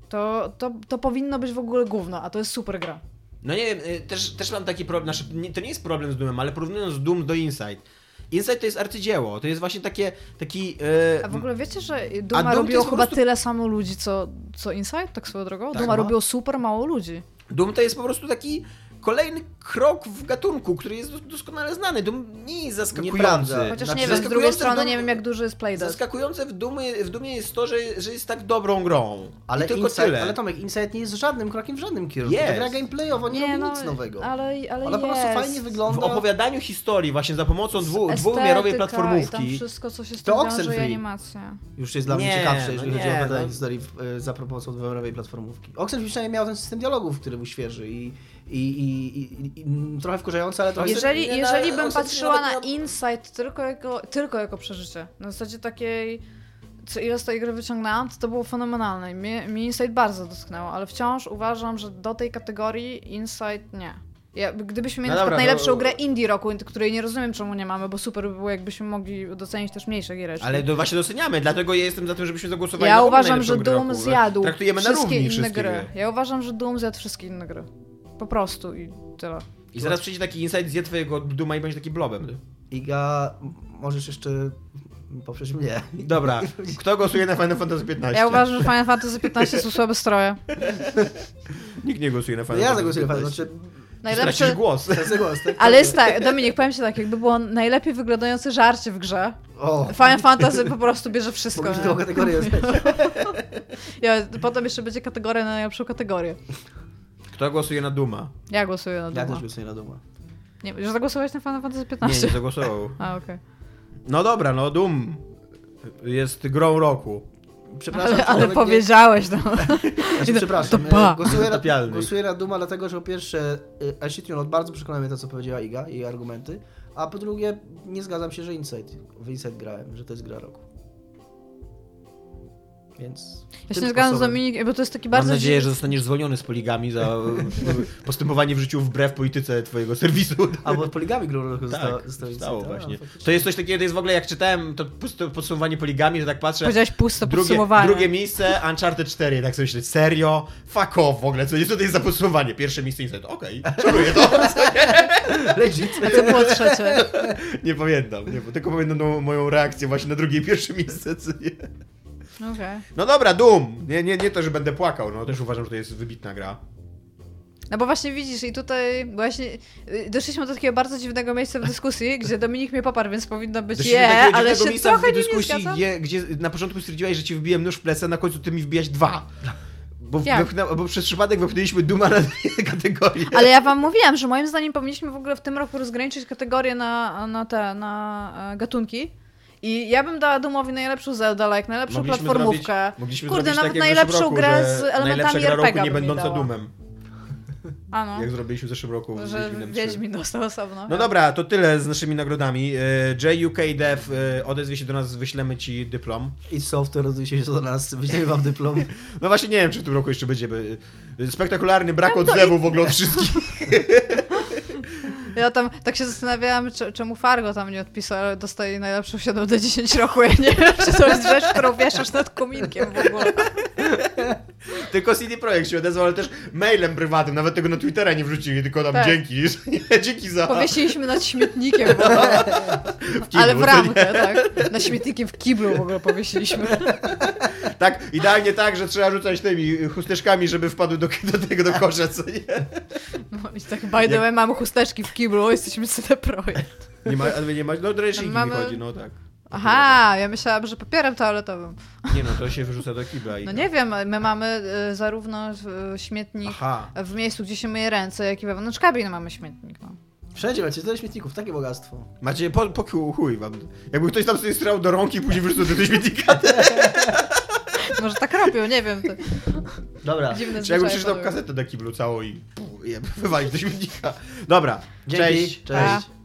To powinno być w ogóle gówno, a to jest super gra. No nie wiem, też mam taki problem, to nie jest problem z Doomem, ale porównując Doom do Inside. Inside to jest arcydzieło, to jest właśnie taki... A w ogóle wiecie, że Doom Dooma to robiło jest po chyba prostu... tyle samo ludzi, co Inside, tak swoją drogą? Tak, Dooma no. robiło super mało ludzi. Doom to jest po prostu taki kolejny krok w gatunku, który jest doskonale znany. Doom nie jest zaskakujący. Nieprawda. Chociaż Znaczy, nie wiem, z drugiej zaskakujące w strony Doom- nie wiem, jak duży jest Playdead. Zaskakujące w Doomie jest to, że jest tak dobrą grą. Ale I tylko tyle. Ale Tomek, Inside nie jest żadnym krokiem w żadnym kierunku. Jest. Ta gra gameplayowo nie robi nic nowego. Ale Ona po prostu fajnie W wygląda. opowiadaniu historii właśnie za pomocą Estetyka dwuwymiarowej i tam platformówki. wszystko, co się z To tym wiąże i Oxenfree. animacja. Już jest dla mnie Nie, ciekawsze, jeżeli no chodzi o nie, opowiadanie no. historii za pomocą dwuwymiarowej platformówki. Oxenfree przynajmniej miał ten system dialogów, który był świeży i trochę wkurzający, ale trochę... Jeżeli bym Oxenfree patrzyła nawet na Inside tylko jako przeżycie, na zasadzie takiej, co ile z tej gry wyciągnęłam, to było fenomenalne. Mi Inside bardzo dotknęło, ale wciąż uważam, że do tej kategorii Inside nie. Gdybyśmy mieli No na przykład dobra, najlepszą no- grę indie roku, której nie rozumiem, czemu nie mamy, bo super by było, jakbyśmy mogli docenić też mniejsze giereczki. Ale to właśnie doceniamy, dlatego ja jestem za tym, żebyśmy zagłosowali Ja na uważam, najlepszą że grę Doom roku. zjadł Traktujemy na wszystkie równi inne wszystkie gry. Ja uważam, że Doom zjadł wszystkie inne gry. Po prostu i tyle. I zaraz przyjdzie taki Inside, zje twojego Dooma i będzie taki blobem. Iga, możesz jeszcze poprzeć mnie. Dobra, kto głosuje na Final Fantasy 15? Ja uważam, że Final Fantasy 15 są słabe stroje. Nikt nie głosuje na Final Ja Fantasy zagłosuję 15. znaczy... Stracisz głos. Tracę głos, tak? Ale jest tak, Dominik, powiem ci tak, jakby było najlepiej wyglądające żarcie w grze, O, Final Fantasy po prostu bierze wszystko. mogliśmy Nie? tą kategorię Potem jeszcze będzie kategoria na najlepszą kategorię. Kto głosuje na Dooma? Ja głosuję na Ja Dooma. też głosuję na Duma. Nie, że zagłosowałeś na Final Fantasy Nie, 15? nie zagłosował. A, okej. No dobra, no Doom jest grą roku. Przepraszam, Ale człowiek powiedziałeś, no. Znaczy, przepraszam, to pa. Zatapialny. głosuję na Duma dlatego, że po pierwsze Ashitune bardzo przekonał mnie to, co powiedziała Iga, jej argumenty, a po drugie nie zgadzam się, że w Inside grałem, że to jest gra roku. Więc... Ja się tym nie zgadzam z sposobem. Dominik, bo to jest taki Mam bardzo... nadzieję, że zostaniesz zwolniony z poligami za postępowanie w życiu wbrew polityce twojego serwisu. Albo poligami grą roku Tak, zostało stało Inside. właśnie. faktycznie. To jest coś takiego, to jest w ogóle jak czytałem to podsumowanie poligami, to tak patrzę. Powiedziałeś puste podsumowanie. Drugie miejsce Uncharted 4, tak sobie myślę, serio? Fuck off w ogóle, co to jest za podsumowanie? Pierwsze miejsce Inside, okej, szanuję to. Legit. A co było trzecie? Nie pamiętam, tylko pamiętam moją reakcję właśnie na drugie i pierwsze miejsce, co nie. Okej. No dobra, Doom, nie to, że będę płakał, no też uważam, że to jest wybitna gra. No bo właśnie widzisz i tutaj właśnie doszliśmy do takiego bardzo dziwnego miejsca w dyskusji, gdzie Dominik mnie poparł, więc powinno być Doszliśmy do takiego ale dziwnego się miejsca trochę w nim nie dyskusji, zgadzam. gdzie na początku stwierdziłaś, że ci wbiłem nóż w plecy, a na końcu ty mi wbijaś 2. Jak? Bo przez przypadek wypchnęliśmy Duma na dwie kategorie. Ale ja wam mówiłam, że moim zdaniem powinniśmy w ogóle w tym roku rozgraniczyć kategorie na gatunki. I ja bym dała Doomowi najlepszą Zelda-like, najlepszą platformówkę. Mogliśmy Kurde, zrobić nawet tak jak w najlepszą zeszłym roku, grę że z elementami najlepsza gra roku RPG nie bym jej będąca dała. Doomem. A no, Jak zrobiliśmy w zeszłym roku. z że Wiedźminem 3. Wiedźmin dostał osobno. No dobra, to tyle z naszymi nagrodami. JUK odezwie się do nas, wyślemy ci dyplom. I software odniesie się do nas, weźmiemy wam dyplom. No właśnie nie wiem, czy w tym roku jeszcze będziemy. Spektakularny brak odzewu w ogóle od wszystkich. Ja tam tak się zastanawiałam, czemu Fargo tam nie odpisał, ale dostaje najlepszą 7/10 roku. Ja nie wiem, czy to jest rzecz, którą wieszasz nad kominkiem w ogóle. Tylko CD Projekt się odezwał, ale też mailem prywatnym, nawet tego na Twittera nie wrzucili, tylko tam Tak. dzięki. Dzięki za... Powiesiliśmy nad śmietnikiem w ogóle. w kiblu, Ale w co ramkę, nie? tak. Na śmietnikiem w kiblu w ogóle powiesiliśmy. Tak, idealnie tak, że trzeba rzucać tymi chusteczkami, żeby wpadły do kosza, co nie? No i tak, by the way, mamy chusteczki w kiblu, jesteśmy CD Projekt. Nie ma, ale nie ma, no ręczniki Mamy- mi chodzi, no tak. Aha, ja myślałam, że papierem toaletowym. Nie no, to się wyrzuca do kibla i... No nie wiem, my mamy zarówno śmietnik Aha. w miejscu, gdzie się myje ręce, jak i wewnątrz kabiny mamy śmietnik. No. Wszędzie macie tyle śmietników, takie bogactwo. Macie po chuj wam. Jakby ktoś tam sobie strał do rąk i później wyrzucał do śmietnika. Może tak robią, nie wiem. To Dobra, dziwne Czy jakby zwyczaje przeczytał panowie. kasetę do kiblu całą i wywalić do śmietnika. Dobra, dzięki, cześć. cześć. Pa.